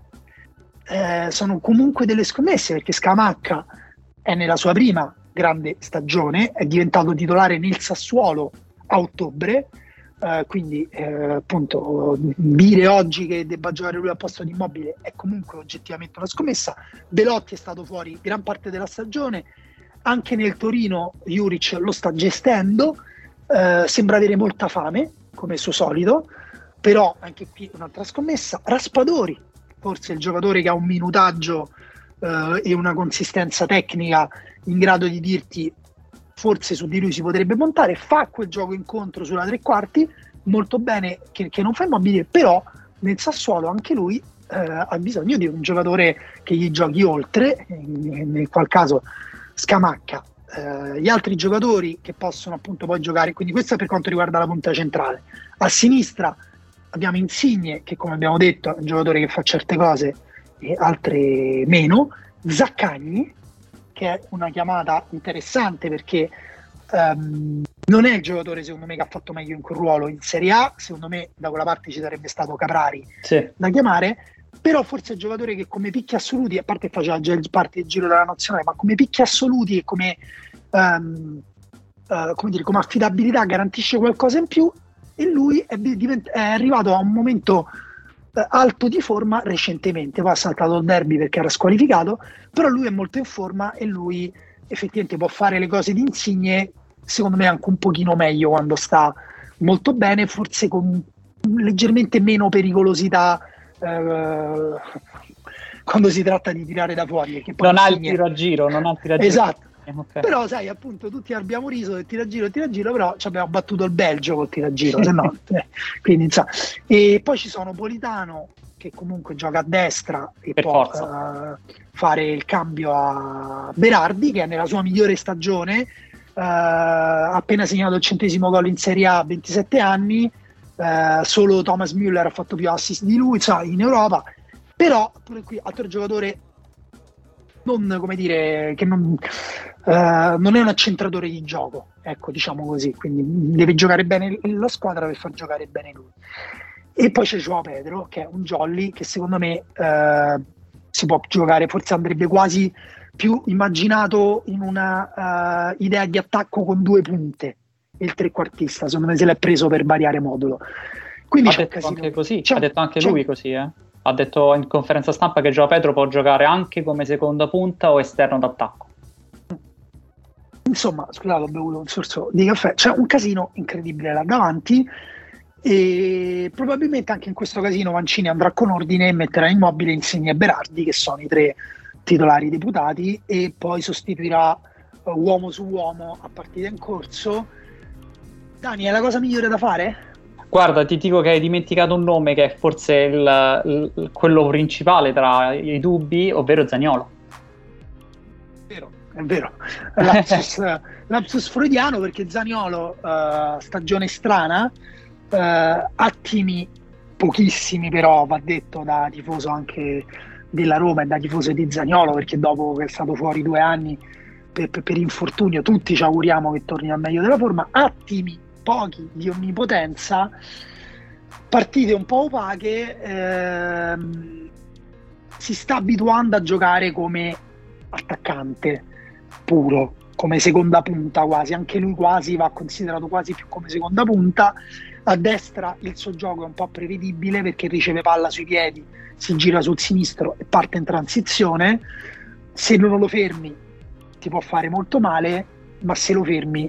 eh, sono comunque delle scommesse, perché Scamacca è nella sua prima grande stagione, è diventato titolare nel Sassuolo a ottobre, eh, quindi eh, appunto dire oggi che debba giocare lui al posto di Immobile è comunque oggettivamente una scommessa. Belotti è stato fuori gran parte della stagione, anche nel Torino Juric lo sta gestendo, eh, sembra avere molta fame come suo solito, però anche qui un'altra scommessa. Raspadori, forse il giocatore che ha un minutaggio Uh, e una consistenza tecnica in grado di dirti forse su di lui si potrebbe montare, fa quel gioco incontro sulla tre quarti molto bene che, che non fa Immobile, però nel Sassuolo anche lui uh, ha bisogno di un giocatore che gli giochi oltre, in, nel qual caso Scamacca. Uh, gli altri giocatori che possono appunto poi giocare, quindi questo è per quanto riguarda la punta centrale. A sinistra abbiamo Insigne, che come abbiamo detto è un giocatore che fa certe cose e altre meno. Zaccagni, che è una chiamata interessante, perché um, non è il giocatore secondo me che ha fatto meglio in quel ruolo in Serie A, secondo me da quella parte ci sarebbe stato Caprari sì. da chiamare, però forse è il giocatore che come picchi assoluti, a parte che faceva già parte del giro della nazionale, ma come picchi assoluti e come, um, uh, come, dire, come affidabilità garantisce qualcosa in più, e lui è, divent- è arrivato a un momento alto di forma recentemente. Poi ha saltato il derby perché era squalificato, però lui è molto in forma e lui effettivamente può fare le cose di Insigne, secondo me anche un pochino meglio quando sta molto bene, forse con leggermente meno pericolosità eh, quando si tratta di tirare da fuori, perché poi non ha il Insigne... tiro a giro, non ha il tiro a giro. Esatto. Okay. Però sai, appunto, tutti abbiamo riso del tiraggiro, tiraggiro, però ci abbiamo battuto il Belgio col tiraggiro, se no, eh, quindi insomma. E poi ci sono Politano, che comunque gioca a destra e per può forza. Uh, fare il cambio a Berardi, che è nella sua migliore stagione, uh, ha appena segnato il centesimo gol in Serie A a ventisette anni, uh, solo Thomas Müller ha fatto più assist di lui, cioè, in Europa, però pure qui altro giocatore non, come dire, che non, uh, non è un accentratore di gioco, ecco, diciamo così, quindi deve giocare bene la squadra per far giocare bene lui. E poi c'è Joao Pedro, che è un jolly che secondo me uh, si può giocare, forse andrebbe quasi più immaginato in una uh, idea di attacco con due punte, il trequartista, secondo me se l'è preso per variare modulo. Quindi ha c'è detto anche così, c'è, ha detto anche c'è, lui così, eh? Ha detto in conferenza stampa che Joao Pedro può giocare anche come seconda punta o esterno d'attacco. Insomma, scusate, ho bevuto un sorso di caffè, c'è un casino incredibile là davanti e probabilmente anche in questo casino Mancini andrà con ordine e metterà Immobile, Insigne e Berardi, che sono i tre titolari deputati, e poi sostituirà uh, uomo su uomo a partita in corso. Dani, è la cosa migliore da fare? Guarda, ti dico che hai dimenticato un nome che è forse il, il, quello principale tra i dubbi, ovvero Zaniolo. È vero, è vero. Lapsus, lapsus freudiano, perché Zaniolo, uh, stagione strana, uh, attimi pochissimi però, va detto da tifoso anche della Roma e da tifoso di Zaniolo, perché dopo che è stato fuori due anni per, per, per infortunio, tutti ci auguriamo che torni al meglio della forma, attimi pochi di onnipotenza, partite un po' opache, ehm, si sta abituando a giocare come attaccante puro, come seconda punta quasi, anche lui quasi va considerato quasi più come seconda punta. A destra il suo gioco è un po' prevedibile perché riceve palla sui piedi, si gira sul sinistro e parte in transizione. Se non lo fermi ti può fare molto male, ma se lo fermi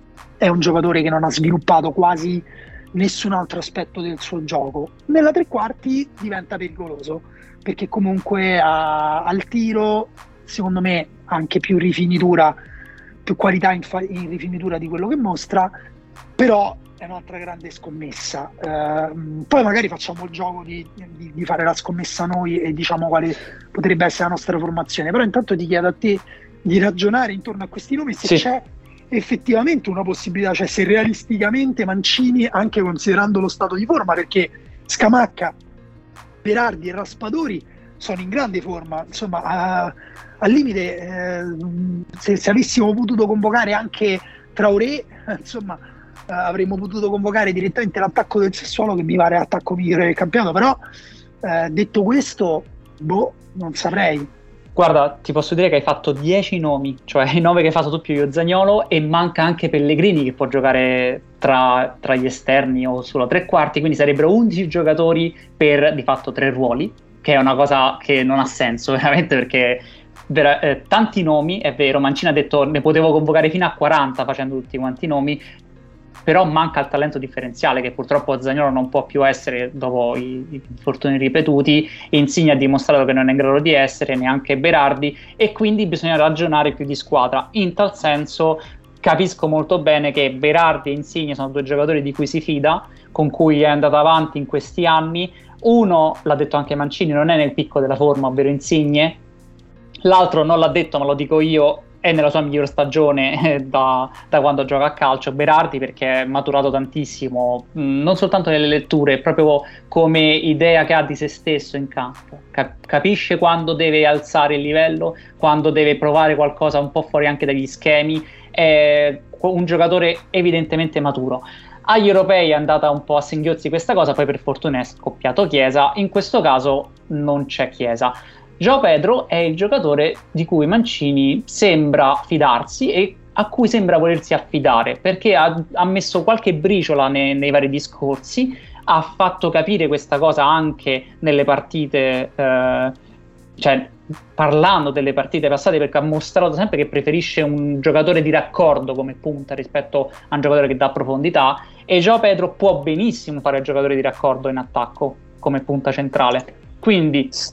è un giocatore che non ha sviluppato quasi nessun altro aspetto del suo gioco. Nella tre quarti diventa pericoloso perché comunque ha, al tiro, secondo me, anche più rifinitura, più qualità in, fa- in rifinitura di quello che mostra, però è un'altra grande scommessa. Uh, poi magari facciamo il gioco di, di, di fare la scommessa noi e diciamo quale potrebbe essere la nostra formazione, però intanto ti chiedo a te di ragionare intorno a questi nomi, se sì. c'è effettivamente una possibilità, cioè se realisticamente Mancini, anche considerando lo stato di forma, perché Scamacca, Berardi e Raspadori sono in grande forma, insomma a, al limite eh, se, se avessimo potuto convocare anche Traoré, insomma eh, avremmo potuto convocare direttamente l'attacco del Sassuolo, che mi pare l'attacco migliore del campionato, però eh, detto questo, boh, non saprei. Guarda, ti posso dire che hai fatto dieci nomi, cioè i nove che hai fatto tu più io Zaniolo, e manca anche Pellegrini che può giocare tra, tra gli esterni o sulla tre quarti, quindi sarebbero undici giocatori per di fatto tre ruoli, che è una cosa che non ha senso veramente, perché vera, eh, tanti nomi, è vero, Mancini ha detto ne potevo convocare fino a quaranta facendo tutti quanti i nomi, però manca il talento differenziale che purtroppo Zaniolo non può più essere dopo i, i infortuni ripetuti. Insigne ha dimostrato che non è in grado di essere, neanche Berardi, e quindi bisogna ragionare più di squadra. In tal senso capisco molto bene che Berardi e Insigne sono due giocatori di cui si fida, con cui è andato avanti in questi anni. Uno, l'ha detto anche Mancini, non è nel picco della forma, ovvero Insigne. L'altro non l'ha detto, ma lo dico io, è nella sua miglior stagione eh, da, da quando gioca a calcio. Berardi perché è maturato tantissimo, mh, non soltanto nelle letture, proprio come idea che ha di se stesso in campo. Cap- capisce quando deve alzare il livello, quando deve provare qualcosa un po' fuori anche dagli schemi. È un giocatore evidentemente maturo. Agli europei è andata un po' a singhiozzi questa cosa, poi per fortuna è scoppiato Chiesa. In questo caso non c'è Chiesa. Joao Pedro è il giocatore di cui Mancini sembra fidarsi e a cui sembra volersi affidare, perché ha, ha messo qualche briciola nei, nei vari discorsi, ha fatto capire questa cosa anche nelle partite, eh, cioè parlando delle partite passate, perché ha mostrato sempre che preferisce un giocatore di raccordo come punta rispetto a un giocatore che dà profondità, e Joao Pedro può benissimo fare il giocatore di raccordo in attacco come punta centrale. Quindi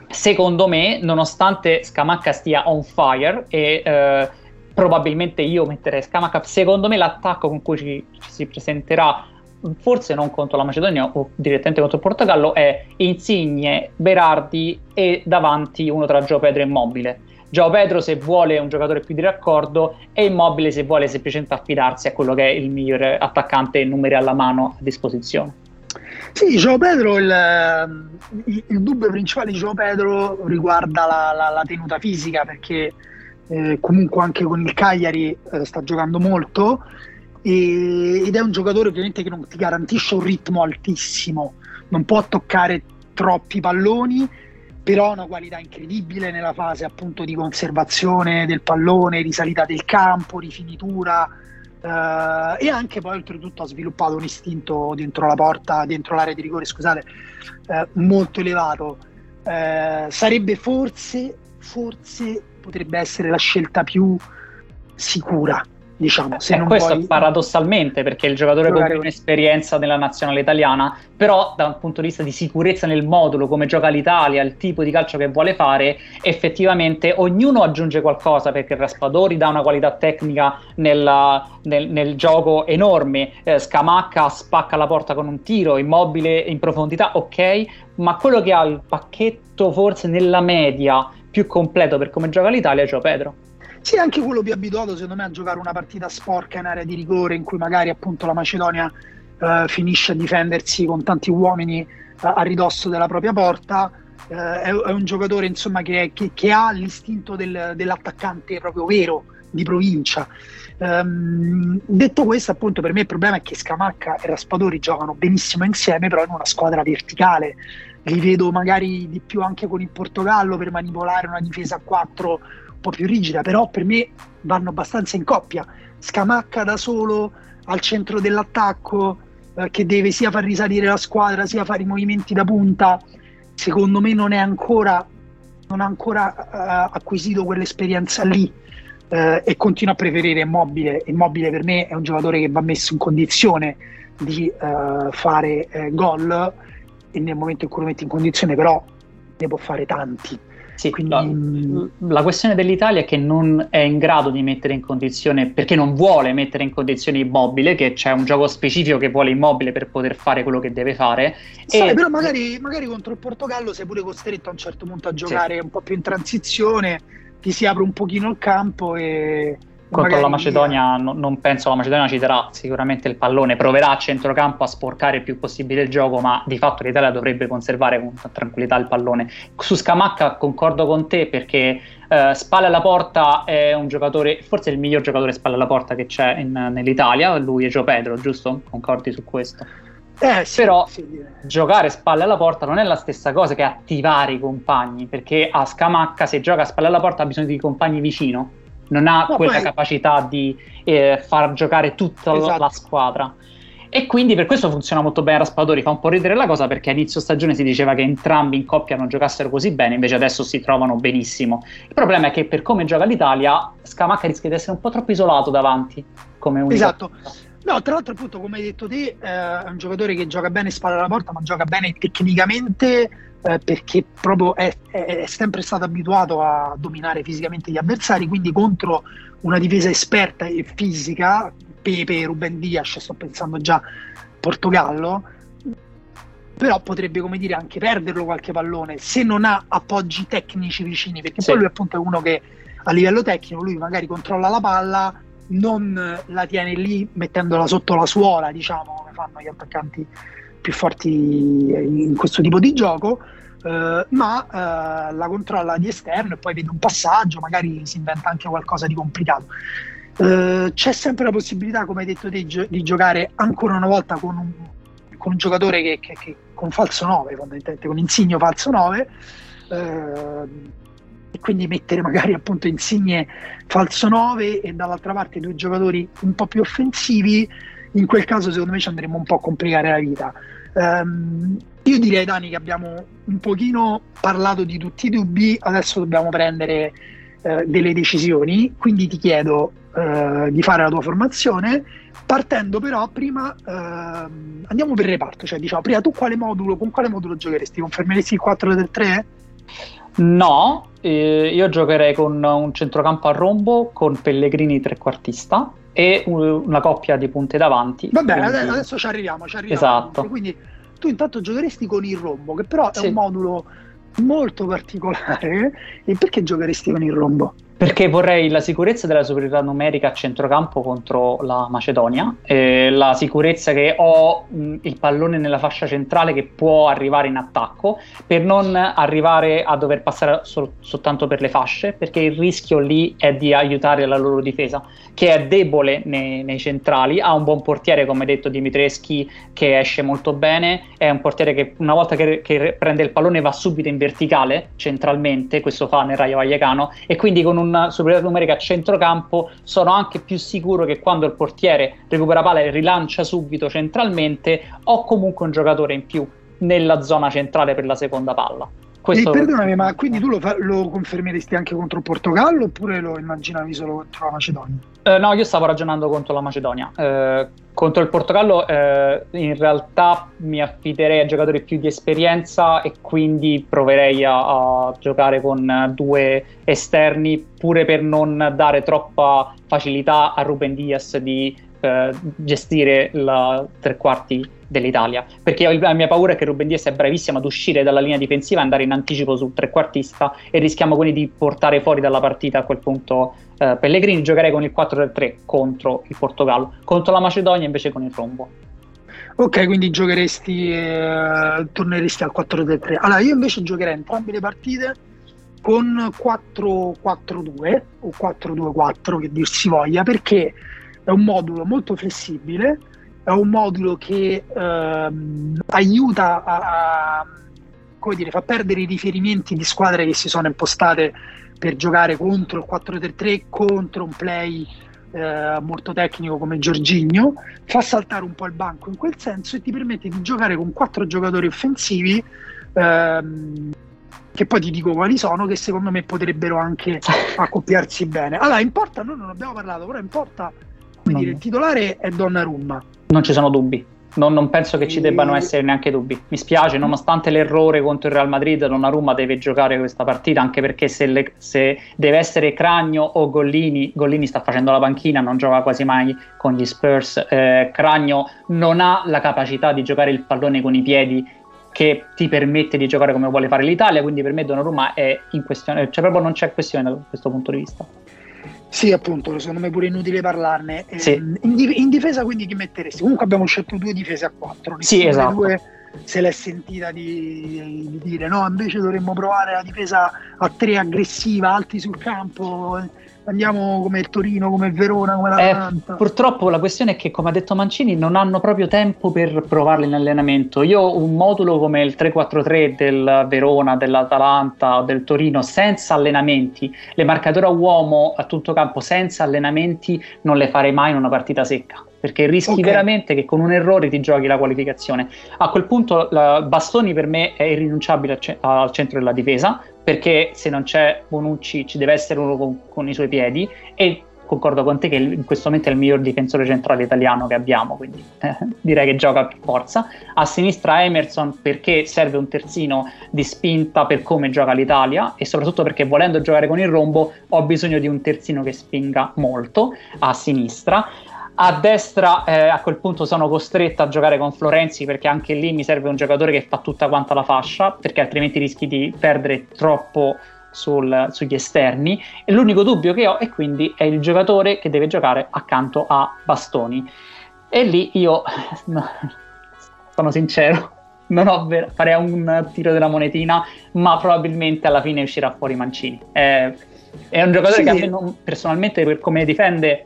secondo me, nonostante Scamacca stia on fire e eh, probabilmente io metterei Scamacca, secondo me l'attacco con cui ci, ci si presenterà, forse non contro la Macedonia o direttamente contro il Portogallo, è Insigne, Berardi e davanti uno tra João Pedro e Immobile. João Pedro se vuole un giocatore più di raccordo e Immobile se vuole semplicemente affidarsi a quello che è il migliore attaccante, numeri alla mano a disposizione. Sì, João Pedro, il, il, il dubbio principale di João Pedro riguarda la, la, la tenuta fisica, perché eh, comunque anche con il Cagliari eh, sta giocando molto e, ed è un giocatore ovviamente che non ti garantisce un ritmo altissimo, non può toccare troppi palloni, però ha una qualità incredibile nella fase appunto di conservazione del pallone, risalita del campo, rifinitura. Uh, e anche poi oltretutto ha sviluppato un istinto dentro la porta, dentro l'area di rigore, scusate, uh, molto elevato. Uh, sarebbe forse, forse potrebbe essere la scelta più sicura, diciamo. Se eh, non questo vuoi... paradossalmente, perché il giocatore con più esperienza nella nazionale italiana, però da un punto di vista di sicurezza nel modulo, come gioca l'Italia, il tipo di calcio che vuole fare, effettivamente ognuno aggiunge qualcosa, perché Raspadori dà una qualità tecnica nella, nel, nel gioco enorme, eh, Scamacca spacca la porta con un tiro, Immobile in profondità, ok, ma quello che ha il pacchetto forse nella media più completo per come gioca l'Italia è João Pedro. Sì, anche quello più abituato secondo me a giocare una partita sporca in area di rigore, in cui magari appunto la Macedonia eh, finisce a difendersi con tanti uomini eh, a ridosso della propria porta. Eh, è, è un giocatore insomma che, che, che ha l'istinto del, dell'attaccante proprio vero, di provincia. Um, detto questo, appunto, per me il problema è che Scamacca e Raspadori giocano benissimo insieme, però in una squadra verticale. Li vedo magari di più anche con il Portogallo per manipolare una difesa a quattro un po' più rigida, però per me vanno abbastanza in coppia. Scamacca da solo al centro dell'attacco, eh, che deve sia far risalire la squadra sia fare i movimenti da punta, secondo me non è ancora non ha ancora uh, acquisito quell'esperienza lì, uh, e continuo a preferire Immobile. Immobile per me è un giocatore che va messo in condizione di uh, fare uh, gol, e nel momento in cui lo metti in condizione però ne può fare tanti. Sì, quindi la, la questione dell'Italia è che non è in grado di mettere in condizione, perché non vuole mettere in condizione Immobile, che c'è un gioco specifico che vuole Immobile per poter fare quello che deve fare. Sai, e... però magari, magari contro il Portogallo sei pure costretto a un certo punto a giocare sì. un po' più in transizione, ti si apre un pochino il campo e... Contro la Macedonia no, non penso la Macedonia ci darà sicuramente il pallone, proverà a centrocampo a sporcare il più possibile il gioco, ma di fatto l'Italia dovrebbe conservare con tranquillità il pallone. Su Scamacca concordo con te, perché eh, spalle alla porta è un giocatore, forse il miglior giocatore spalle alla porta che c'è in, nell'Italia, lui è João Pedro, giusto? Concordi su questo? Eh, sì, però sì. giocare spalle alla porta non è la stessa cosa che attivare i compagni, perché a Scamacca, se gioca a spalle alla porta, ha bisogno di compagni vicino, non ha no, quella poi... capacità di eh, far giocare tutta esatto. la squadra, e quindi per questo funziona molto bene Raspadori. Fa un po' ridere la cosa, perché a inizio stagione si diceva che entrambi in coppia non giocassero così bene, invece adesso si trovano benissimo. Il problema è che per come gioca l'Italia, Scamacca rischia di essere un po' troppo isolato davanti come unico. Esatto. No, tra l'altro appunto, come hai detto te, eh, è un giocatore che gioca bene spalle alla porta, ma gioca bene tecnicamente, eh, perché proprio è, è, è sempre stato abituato a dominare fisicamente gli avversari, quindi contro una difesa esperta e fisica, Pepe, Ruben Dias, sto pensando già Portogallo, però potrebbe, come dire, anche perderlo qualche pallone se non ha appoggi tecnici vicini, perché sì. poi lui appunto è uno che a livello tecnico lui magari controlla la palla, non la tiene lì mettendola sotto la suola, diciamo, come fanno gli attaccanti più forti in questo tipo di gioco, eh, ma eh, la controlla di esterno e poi vede un passaggio, magari si inventa anche qualcosa di complicato. Eh, c'è sempre la possibilità, come hai detto te, di, di giocare ancora una volta con un, con un giocatore che, che, che con falso nove, fondamentalmente con Insigne falso nove, eh, e quindi mettere magari appunto Insigne falso nove e dall'altra parte due giocatori un po' più offensivi. In quel caso secondo me ci andremo un po' a complicare la vita. Um, io direi, Dani, che abbiamo un pochino parlato di tutti i dubbi, adesso dobbiamo prendere uh, delle decisioni, quindi ti chiedo uh, di fare la tua formazione, partendo però prima uh, andiamo per reparto, cioè diciamo prima tu quale modulo, con quale modulo giocheresti? Confermeresti il quattro tre tre? No, eh, io giocherei con un centrocampo a rombo, con Pellegrini trequartista e un- una coppia di punte davanti. Vabbè, quindi- ade- adesso ci arriviamo, ci arriviamo. Esatto. Quindi tu intanto giocheresti con il rombo, che però è Sì. un modulo molto particolare. E perché giocheresti con il rombo? Perché vorrei la sicurezza della superiorità numerica a centrocampo contro la Macedonia, eh, la sicurezza che ho mh, il pallone nella fascia centrale che può arrivare in attacco, per non arrivare a dover passare sol- soltanto per le fasce, perché il rischio lì è di aiutare la loro difesa, che è debole nei, nei centrali, ha un buon portiere come detto Dimitreschi che esce molto bene, è un portiere che una volta che, che prende il pallone va subito in verticale centralmente, questo fa nel Rayo Vallecano, e quindi con un una superiorità numerica a centrocampo sono anche più sicuro che quando il portiere recupera palla e rilancia subito centralmente ho comunque un giocatore in più nella zona centrale per la seconda palla. Questo... E perdonami, ma quindi tu lo, fa- lo confermeresti anche contro il Portogallo oppure lo immaginavi solo contro la Macedonia? Eh, no, io stavo ragionando contro la Macedonia. Eh, contro il Portogallo eh, in realtà mi affiderei a giocatori più di esperienza e quindi proverei a, a giocare con due esterni pure per non dare troppa facilità a Ruben Dias di eh, gestire la tre quarti dell'Italia, perché io, la mia paura è che Ruben Dias è bravissimo ad uscire dalla linea difensiva e andare in anticipo sul trequartista e rischiamo quindi di portare fuori dalla partita a quel punto eh, Pellegrini. Giocherei con il quattro tre tre contro il Portogallo, contro la Macedonia invece con il rombo. Ok, quindi giocheresti, eh, torneresti al quattro tre tre. Allora, io invece giocherei entrambe le partite con quattro quattro due o quattro due quattro, che dir si voglia, perché è un modulo molto flessibile, è un modulo che ehm, aiuta a, a come dire, fa perdere i riferimenti di squadre che si sono impostate per giocare contro il quattro tre tre, contro un play eh, molto tecnico come Jorginho, fa saltare un po' il banco in quel senso e ti permette di giocare con quattro giocatori offensivi, ehm, che poi ti dico quali sono, che secondo me potrebbero anche accoppiarsi bene. Allora, in porta noi non abbiamo parlato, però in porta, come dire, il titolare è Donnarumma. Non ci sono dubbi. Non, non penso che ci E- debbano essere neanche dubbi. Mi spiace, nonostante l'errore contro il Real Madrid, Donnarumma deve giocare questa partita, anche perché se, le- se deve essere Cragno o Gollini, Gollini sta facendo la panchina, non gioca quasi mai con gli Spurs. eh, Cragno non ha la capacità di giocare il pallone con i piedi che ti permette di giocare come vuole fare l'Italia, quindi per me Donnarumma è in questione, cioè proprio non c'è questione da questo punto di vista. Sì, appunto, secondo me pure inutile parlarne. Sì. Ehm, in, di- in difesa quindi chi metteresti? Comunque abbiamo scelto due difese a quattro. Sì, Nessuna esatto. delle due se l'è sentita di, di dire no, invece dovremmo provare la difesa a tre aggressiva, alti sul campo, andiamo come il Torino, come il Verona, come Eh, l'Atalanta. purtroppo la questione è che, come ha detto Mancini, non hanno proprio tempo per provarli in allenamento. Io un modulo come il tre quattro tre del Verona, dell'Atalanta o del Torino senza allenamenti, le marcature a uomo a tutto campo senza allenamenti, non le farei mai in una partita secca, perché rischi Ok. veramente che con un errore ti giochi la qualificazione. A quel punto la, Bastoni per me è irrinunciabile al, ce- al centro della difesa, perché se non c'è Bonucci ci deve essere uno con, con i suoi piedi, e concordo con te che in questo momento è il miglior difensore centrale italiano che abbiamo, quindi eh, direi che gioca per forza. A sinistra Emerson, perché serve un terzino di spinta per come gioca l'Italia, e soprattutto perché volendo giocare con il rombo ho bisogno di un terzino che spinga molto a sinistra. A destra eh, a quel punto sono costretta a giocare con Florenzi, perché anche lì mi serve un giocatore che fa tutta quanta la fascia, perché altrimenti rischi di perdere troppo sul, sugli esterni, e l'unico dubbio che ho è quindi è il giocatore che deve giocare accanto a Bastoni, e lì io no, sono sincero, non ho ver- farei un tiro della monetina, ma probabilmente alla fine uscirà fuori Mancini. È, è un giocatore Sì. che a me non, personalmente, per come difende,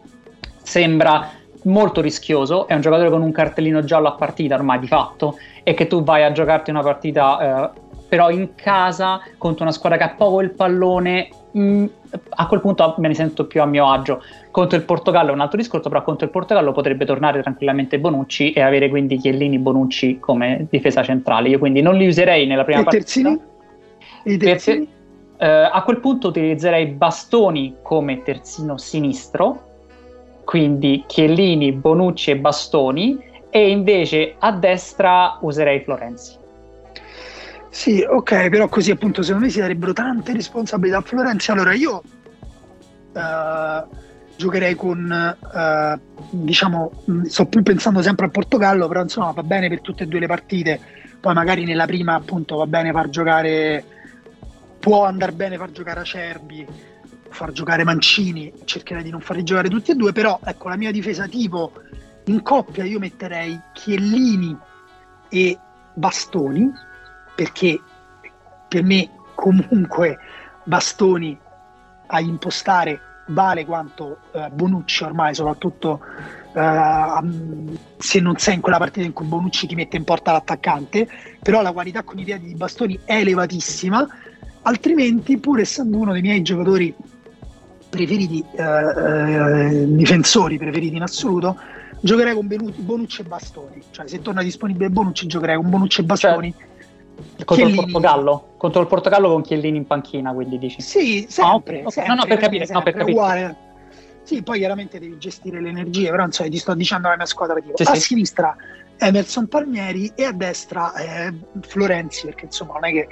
sembra molto rischioso. È un giocatore con un cartellino giallo a partita ormai di fatto, e che tu vai a giocarti una partita eh, però in casa contro una squadra che ha poco il pallone, mh, a quel punto me ne sento più a mio agio. Contro il Portogallo è un altro discorso, però contro il Portogallo potrebbe tornare tranquillamente Bonucci e avere quindi Chiellini, Bonucci come difesa centrale. Io quindi non li userei nella prima E i partita. terzini? E i terzini? Perché, eh, a quel punto utilizzerei Bastoni come terzino sinistro, quindi Chiellini, Bonucci e Bastoni, e invece a destra userei Florenzi. Sì, ok, però così appunto secondo me si darebbero tante responsabilità a Florenzi. Allora io eh, giocherei con, eh, diciamo, mh, sto più pensando sempre al Portogallo, però insomma va bene per tutte e due le partite. Poi magari nella prima appunto va bene far giocare, può andare bene far giocare Acerbi, far giocare Mancini, cercherei di non farli giocare tutti e due, però ecco la mia difesa tipo in coppia io metterei Chiellini e Bastoni, perché per me comunque Bastoni a impostare vale quanto eh, Bonucci ormai, soprattutto eh, se non sei in quella partita in cui Bonucci ti mette in porta l'attaccante, però la qualità con i piedi di Bastoni è elevatissima, altrimenti pur essendo uno dei miei giocatori preferiti, eh, eh, difensori preferiti in assoluto, giocherei con Bonucci e Bastoni, cioè se torna disponibile Bonucci giocherei con Bonucci e Bastoni. Cioè, contro Chiellini. il Portogallo contro il Portogallo con Chiellini in panchina, quindi dici? Sì, sempre, oh, okay. sempre no, no, per capire, sempre, no, per capire. Uguale. Sì, poi chiaramente devi gestire le energie, però insomma ti sto dicendo la mia squadra tipo. Sì, a sì. sinistra Emerson Palmieri e a destra eh, Florenzi, perché insomma non è che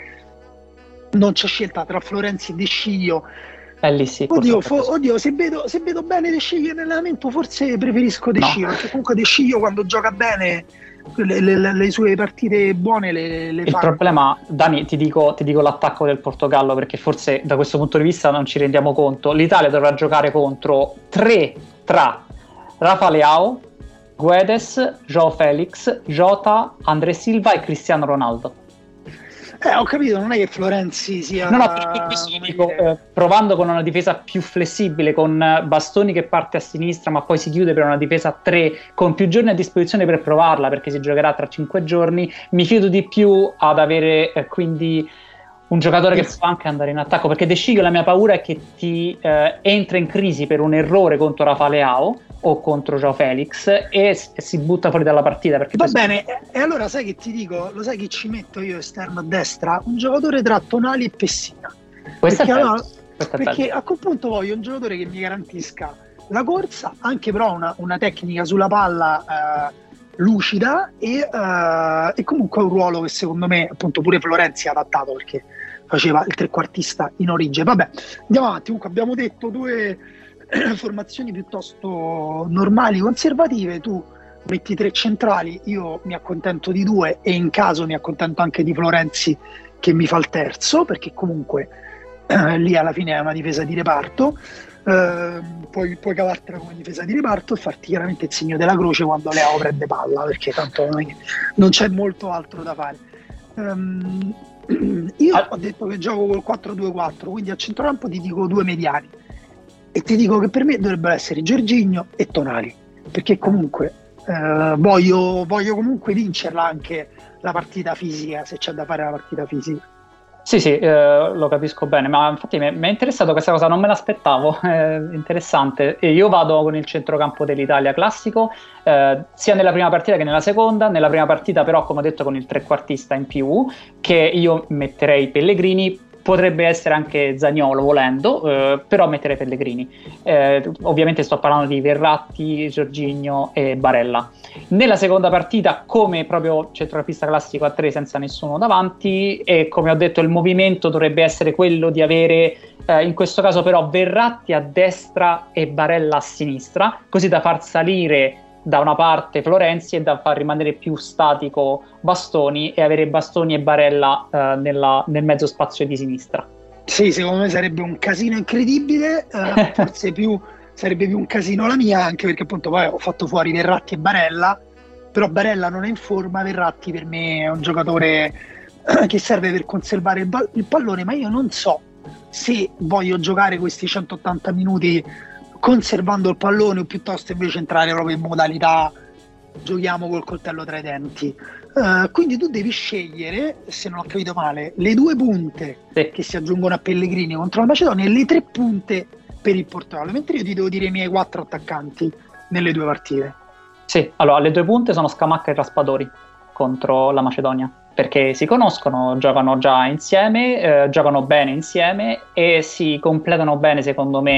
non c'è scelta tra Florenzi e De Sciglio. Eh, lì sì, oddio, fo- oddio se, vedo, se vedo bene De Sciglio nell'allenamento forse preferisco De Sciglio, no. Perché comunque De Sciglio quando gioca bene le, le, le sue partite buone le, le il fa. problema, Dani, ti dico, ti dico l'attacco del Portogallo, perché forse da questo punto di vista non ci rendiamo conto. L'Italia dovrà giocare contro tre tra Rafa Leao, Guedes, João Felix, Jota, André Silva e Cristiano Ronaldo. Eh, ho capito, non è che Florenzi sia... No, no, dico, eh, provando con una difesa più flessibile, con Bastoni che parte a sinistra ma poi si chiude per una difesa a tre, con più giorni a disposizione per provarla, perché si giocherà tra cinque giorni, mi fido di più ad avere eh, quindi un giocatore che può anche andare in attacco, perché De Sciglio la mia paura è che ti eh, entra in crisi per un errore contro Rafa Leao o contro João Felix e si butta fuori dalla partita. Perché va bene, e, e allora sai che ti dico, lo sai che ci metto io esterno a destra? Un giocatore tra Tonali e Pessina. Questo perché è bello. Allora, Questo è perché bello. a quel punto voglio un giocatore che mi garantisca la corsa, anche però una, una tecnica sulla palla eh, lucida e, eh, e comunque un ruolo che secondo me appunto pure Florenzi ha adattato, perché faceva il trequartista in origine. Vabbè, andiamo avanti. Comunque abbiamo detto due formazioni piuttosto normali, conservative. Tu metti tre centrali, io mi accontento di due e in caso mi accontento anche di Florenzi che mi fa il terzo, perché comunque eh, lì alla fine è una difesa di reparto. Eh, puoi, puoi cavartela come difesa di reparto e farti chiaramente il segno della croce quando Leao prende palla, perché tanto non, è, non c'è molto altro da fare. Um, io ho detto che gioco col quattro due quattro, quindi a centrocampo ti dico due mediani e ti dico che per me dovrebbero essere Jorginho e Tonali, perché comunque eh, voglio, voglio comunque vincerla anche la partita fisica, se c'è da fare la partita fisica. Sì, sì, eh, lo capisco bene, ma infatti mi è interessato questa cosa, non me l'aspettavo, è interessante. E io vado con il centrocampo dell'Italia classico, eh, sia nella prima partita che nella seconda. Nella prima partita però, come ho detto, con il trequartista in più, che io metterei Pellegrini. Potrebbe essere anche Zaniolo volendo, eh, però metterei Pellegrini. Eh, ovviamente sto parlando di Verratti, Jorginho e Barella. Nella seconda partita, come proprio centrocampista classico a tre senza nessuno davanti, e come ho detto il movimento dovrebbe essere quello di avere eh, in questo caso però Verratti a destra e Barella a sinistra, così da far salire da una parte Florenzi e da far rimanere più statico Bastoni e avere Bastoni e Barella eh, nella, nel mezzo spazio di sinistra. Sì, secondo me sarebbe un casino incredibile, eh, forse più sarebbe più un casino la mia, anche perché appunto poi ho fatto fuori Verratti e Barella, però Barella non è in forma, Verratti per me è un giocatore eh, che serve per conservare il, ba- il pallone, ma io non so se voglio giocare questi centottanta minuti conservando il pallone o piuttosto invece entrare proprio in modalità giochiamo col coltello tra i denti. Uh, quindi tu devi scegliere, se non ho capito male, le due punte sì. che si aggiungono a Pellegrini contro la Macedonia e le tre punte per il Portogallo, mentre io ti devo dire i miei quattro attaccanti nelle due partite. Sì, allora le due punte sono Scamacca e Raspadori contro la Macedonia, perché si conoscono, giocano già insieme, eh, giocano bene insieme e si completano bene secondo me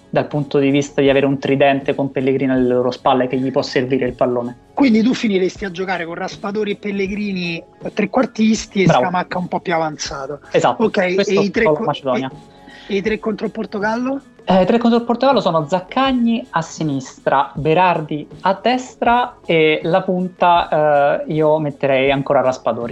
dal punto di vista di avere un tridente con Pellegrini alle loro spalle che gli può servire il pallone. Quindi tu finiresti a giocare con Raspadori e Pellegrini trequartisti e Bravo. Scamacca un po' più avanzato. Esatto, Ok, questo e i tre, con co- la Macedonia. e, e i tre contro il Portogallo? Eh, tre contro il Portogallo sono Zaccagni a sinistra, Berardi a destra e la punta eh, io metterei ancora Raspadori.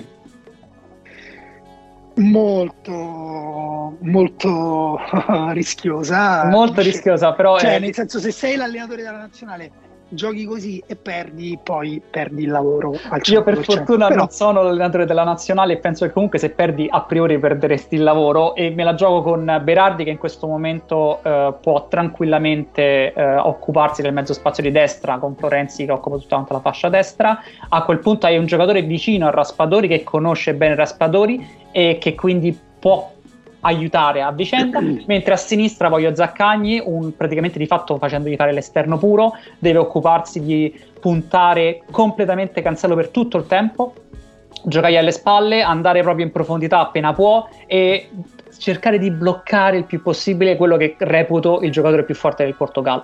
Molto, molto rischiosa. Molto Dice- rischiosa, però Cioè, è- nel senso, se sei l'allenatore della nazionale, giochi così e perdi, poi perdi il lavoro al cento io per per cento. fortuna Però, non sono l'allenatore della nazionale e penso che comunque se perdi a priori perderesti il lavoro, e me la gioco con Berardi che in questo momento eh, può tranquillamente eh, occuparsi del mezzo spazio di destra con Florenzi che occupa tutta quanta la fascia destra. A quel punto hai un giocatore vicino a Raspadori che conosce bene Raspadori e che quindi può aiutare a vicenda, mentre a sinistra voglio Zaccagni, un, praticamente di fatto facendogli fare l'esterno puro, deve occuparsi di puntare completamente Cancelo per tutto il tempo, giocargli alle spalle, andare proprio in profondità appena può e cercare di bloccare il più possibile quello che reputo il giocatore più forte del Portogallo.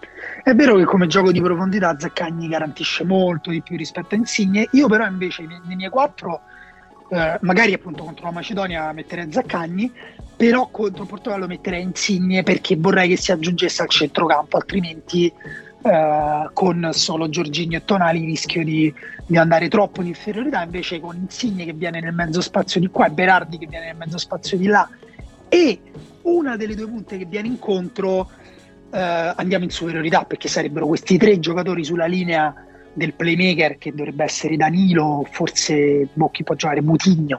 è vero che come gioco di profondità Zaccagni garantisce molto di più rispetto a Insigne. Io però invece nei, nei miei quattro, eh, magari appunto contro la Macedonia metterei Zaccagni, però contro il Portogallo metterei Insigne perché vorrei che si aggiungesse al centrocampo, altrimenti eh, con solo Jorginho e Tonali rischio di, di andare troppo in inferiorità. Invece con Insigne che viene nel mezzo spazio di qua e Berardi che viene nel mezzo spazio di là e una delle due punte che viene incontro, eh, andiamo in superiorità, perché sarebbero questi tre giocatori sulla linea del playmaker che dovrebbe essere Danilo, forse boh, chi può giocare Moutinho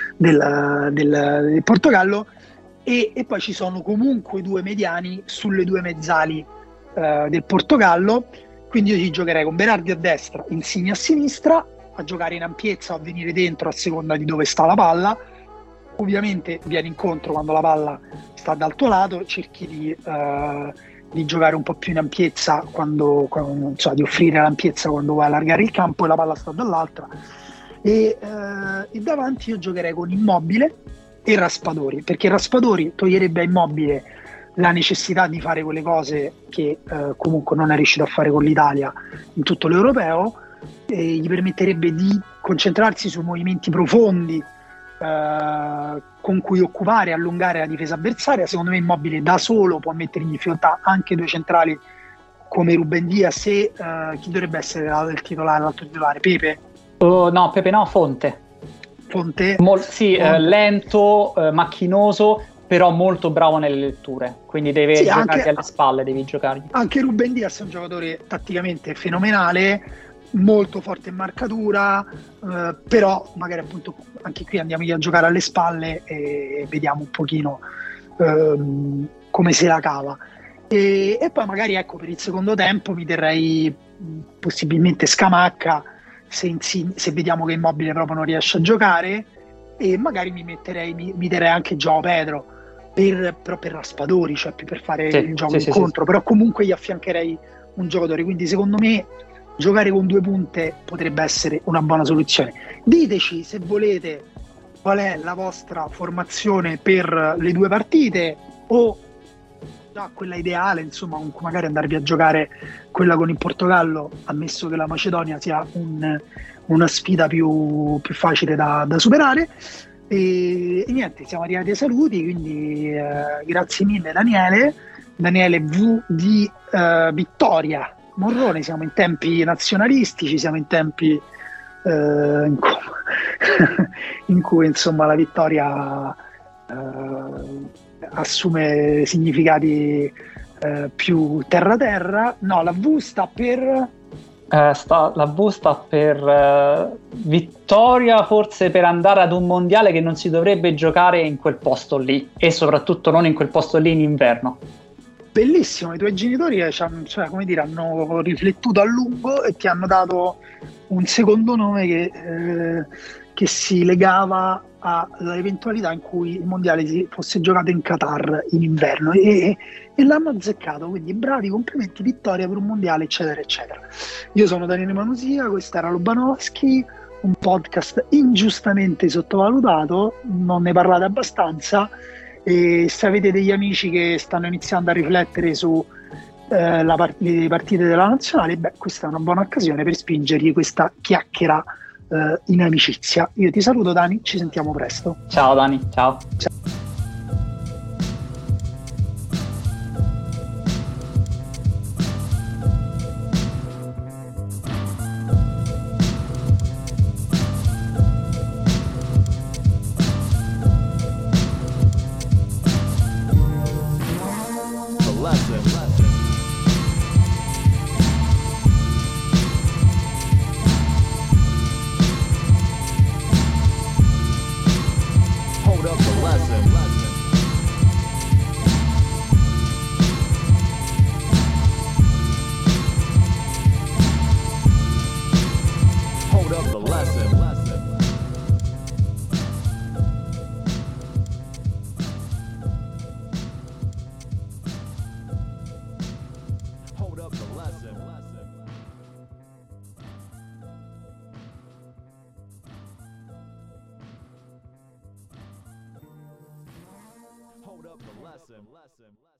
del, del, del Portogallo, e, e poi ci sono comunque due mediani sulle due mezzali eh, del Portogallo. Quindi io ci giocherei con Berardi a destra, Insigne a sinistra, a giocare in ampiezza o a venire dentro a seconda di dove sta la palla. Ovviamente vieni incontro quando la palla sta dal tuo lato, cerchi di, uh, di giocare un po' più in ampiezza, quando, quando, cioè di offrire l'ampiezza quando vuoi allargare il campo e la palla sta dall'altra. E, uh, e davanti io giocherei con Immobile e Raspadori, perché Raspadori toglierebbe a Immobile la necessità di fare quelle cose che uh, comunque non è riuscito a fare con l'Italia in tutto l'europeo, e gli permetterebbe di concentrarsi su movimenti profondi Uh, con cui occupare e allungare la difesa avversaria. Secondo me Immobile da solo può mettere in difficoltà anche due centrali come Ruben Dias e uh, chi dovrebbe essere il titolare, l'altro titolare? Pepe? Uh, no, Pepe no, Fonte. Fonte? Mol- sì, Fonte. Eh, lento, eh, macchinoso, però molto bravo nelle letture, quindi deve Sì, giocargli anche, alle spalle, devi giocargli. Anche Ruben Dias è un giocatore tatticamente fenomenale, molto forte in marcatura, eh, però magari appunto anche qui andiamo a giocare alle spalle e vediamo un pochino ehm, come se la cava. E, e poi magari ecco per il secondo tempo mi terrei possibilmente Scamacca se, Insigne, se vediamo che Immobile proprio non riesce a giocare, e magari mi metterei mi, mi terrei anche João Pedro per, però per Raspadori, cioè per fare Sì, il gioco sì, incontro, sì, sì. Però comunque gli affiancherei un giocatore, quindi secondo me giocare con due punte potrebbe essere una buona soluzione. Diteci se volete qual è la vostra formazione per le due partite, o già quella ideale, insomma, magari andarvi a giocare quella con il Portogallo, ammesso che la Macedonia sia un, una sfida più, più facile da, da superare. E, e niente, siamo arrivati ai saluti, quindi eh, grazie mille Daniele. Daniele V di eh, Vittoria Morrone, siamo in tempi nazionalistici, siamo in tempi eh, in, cui, in cui insomma la vittoria eh, assume significati eh, più terra-terra. No, la V sta per... Eh, sta, la V sta per eh, vittoria, forse per andare ad un mondiale che non si dovrebbe giocare in quel posto lì, e soprattutto non in quel posto lì in inverno. Bellissimo, i tuoi genitori cioè, come dire, hanno riflettuto a lungo e ti hanno dato un secondo nome che, eh, che si legava all'eventualità in cui il mondiale si fosse giocato in Qatar in inverno, e, e l'hanno azzeccato, quindi bravi, complimenti, vittoria per un mondiale, eccetera eccetera. Io sono Daniele Manusia, questo era Lobanowski, un podcast ingiustamente sottovalutato, non ne parlate abbastanza, E se avete degli amici che stanno iniziando a riflettere su eh, la part- le partite della nazionale, beh, questa è una buona occasione per spingergli questa chiacchiera eh, in amicizia. Io ti saluto, Dani, ci sentiamo presto. Ciao Dani, ciao. Ciao. Hold up the lesson.